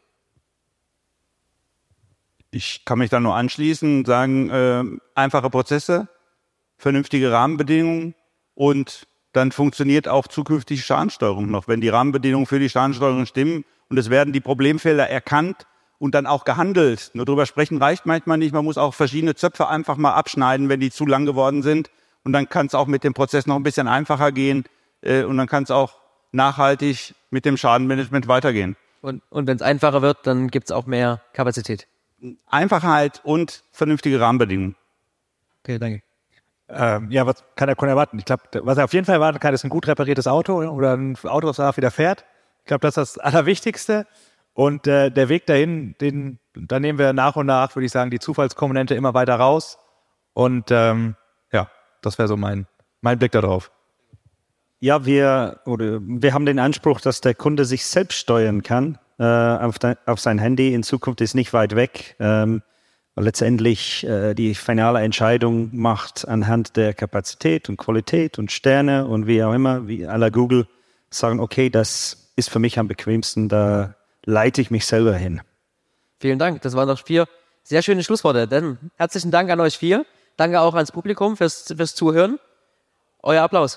Ich kann mich da nur anschließen und sagen, äh, einfache Prozesse, vernünftige Rahmenbedingungen und dann funktioniert auch zukünftig Schadensteuerung noch. Wenn die Rahmenbedingungen für die Schadensteuerung stimmen und es werden die Problemfelder erkannt und dann auch gehandelt. Nur drüber sprechen reicht manchmal nicht. Man muss auch verschiedene Zöpfe einfach mal abschneiden, wenn die zu lang geworden sind. Und dann kann es auch mit dem Prozess noch ein bisschen einfacher gehen. Äh, und dann kann es auch nachhaltig mit dem Schadenmanagement weitergehen. Und, und wenn es einfacher wird, dann gibt es auch mehr Kapazität. Einfachheit und vernünftige Rahmenbedingungen. Okay, danke. Ähm, ja, was kann der Kunde erwarten? Ich glaube, was er auf jeden Fall erwarten kann, ist ein gut repariertes Auto oder ein Auto, das danach wieder fährt. Ich glaube, das ist das Allerwichtigste. Und äh, der Weg dahin, den, da nehmen wir nach und nach, würde ich sagen, die Zufallskomponente immer weiter raus. Und ähm, ja, das wäre so mein, mein Blick darauf. Ja, wir, oder wir haben den Anspruch, dass der Kunde sich selbst steuern kann äh, auf, de, auf sein Handy. In Zukunft ist nicht weit weg. Ähm, letztendlich äh, die finale Entscheidung macht anhand der Kapazität und Qualität und Sterne und wie auch immer, wie à la Google, sagen, okay, das ist für mich am bequemsten, da leite ich mich selber hin. Vielen Dank. Das waren doch vier sehr schöne Schlussworte. Dann herzlichen Dank an euch vier. Danke auch ans Publikum fürs, fürs Zuhören. Euer Applaus.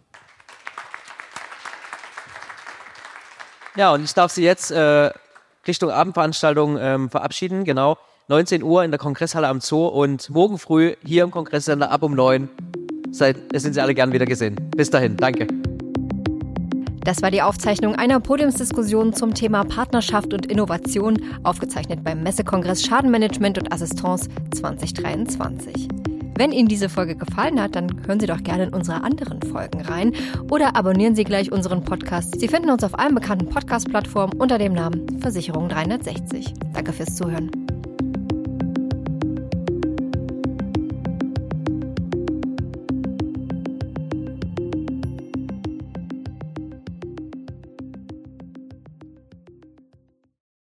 Ja, und ich darf Sie jetzt äh, Richtung Abendveranstaltung ähm, verabschieden. Genau, neunzehn Uhr in der Kongresshalle am Zoo und morgen früh hier im Kongresscenter ab um neun. Seid, sind Sie alle gern wieder gesehen. Bis dahin, danke. Das war die Aufzeichnung einer Podiumsdiskussion zum Thema Partnerschaft und Innovation, aufgezeichnet beim Messekongress Schadenmanagement und Assistance zwanzig dreiundzwanzig. Wenn Ihnen diese Folge gefallen hat, dann hören Sie doch gerne in unsere anderen Folgen rein oder abonnieren Sie gleich unseren Podcast. Sie finden uns auf allen bekannten Podcast-Plattformen unter dem Namen Versicherung dreihundertsechzig. Danke fürs Zuhören.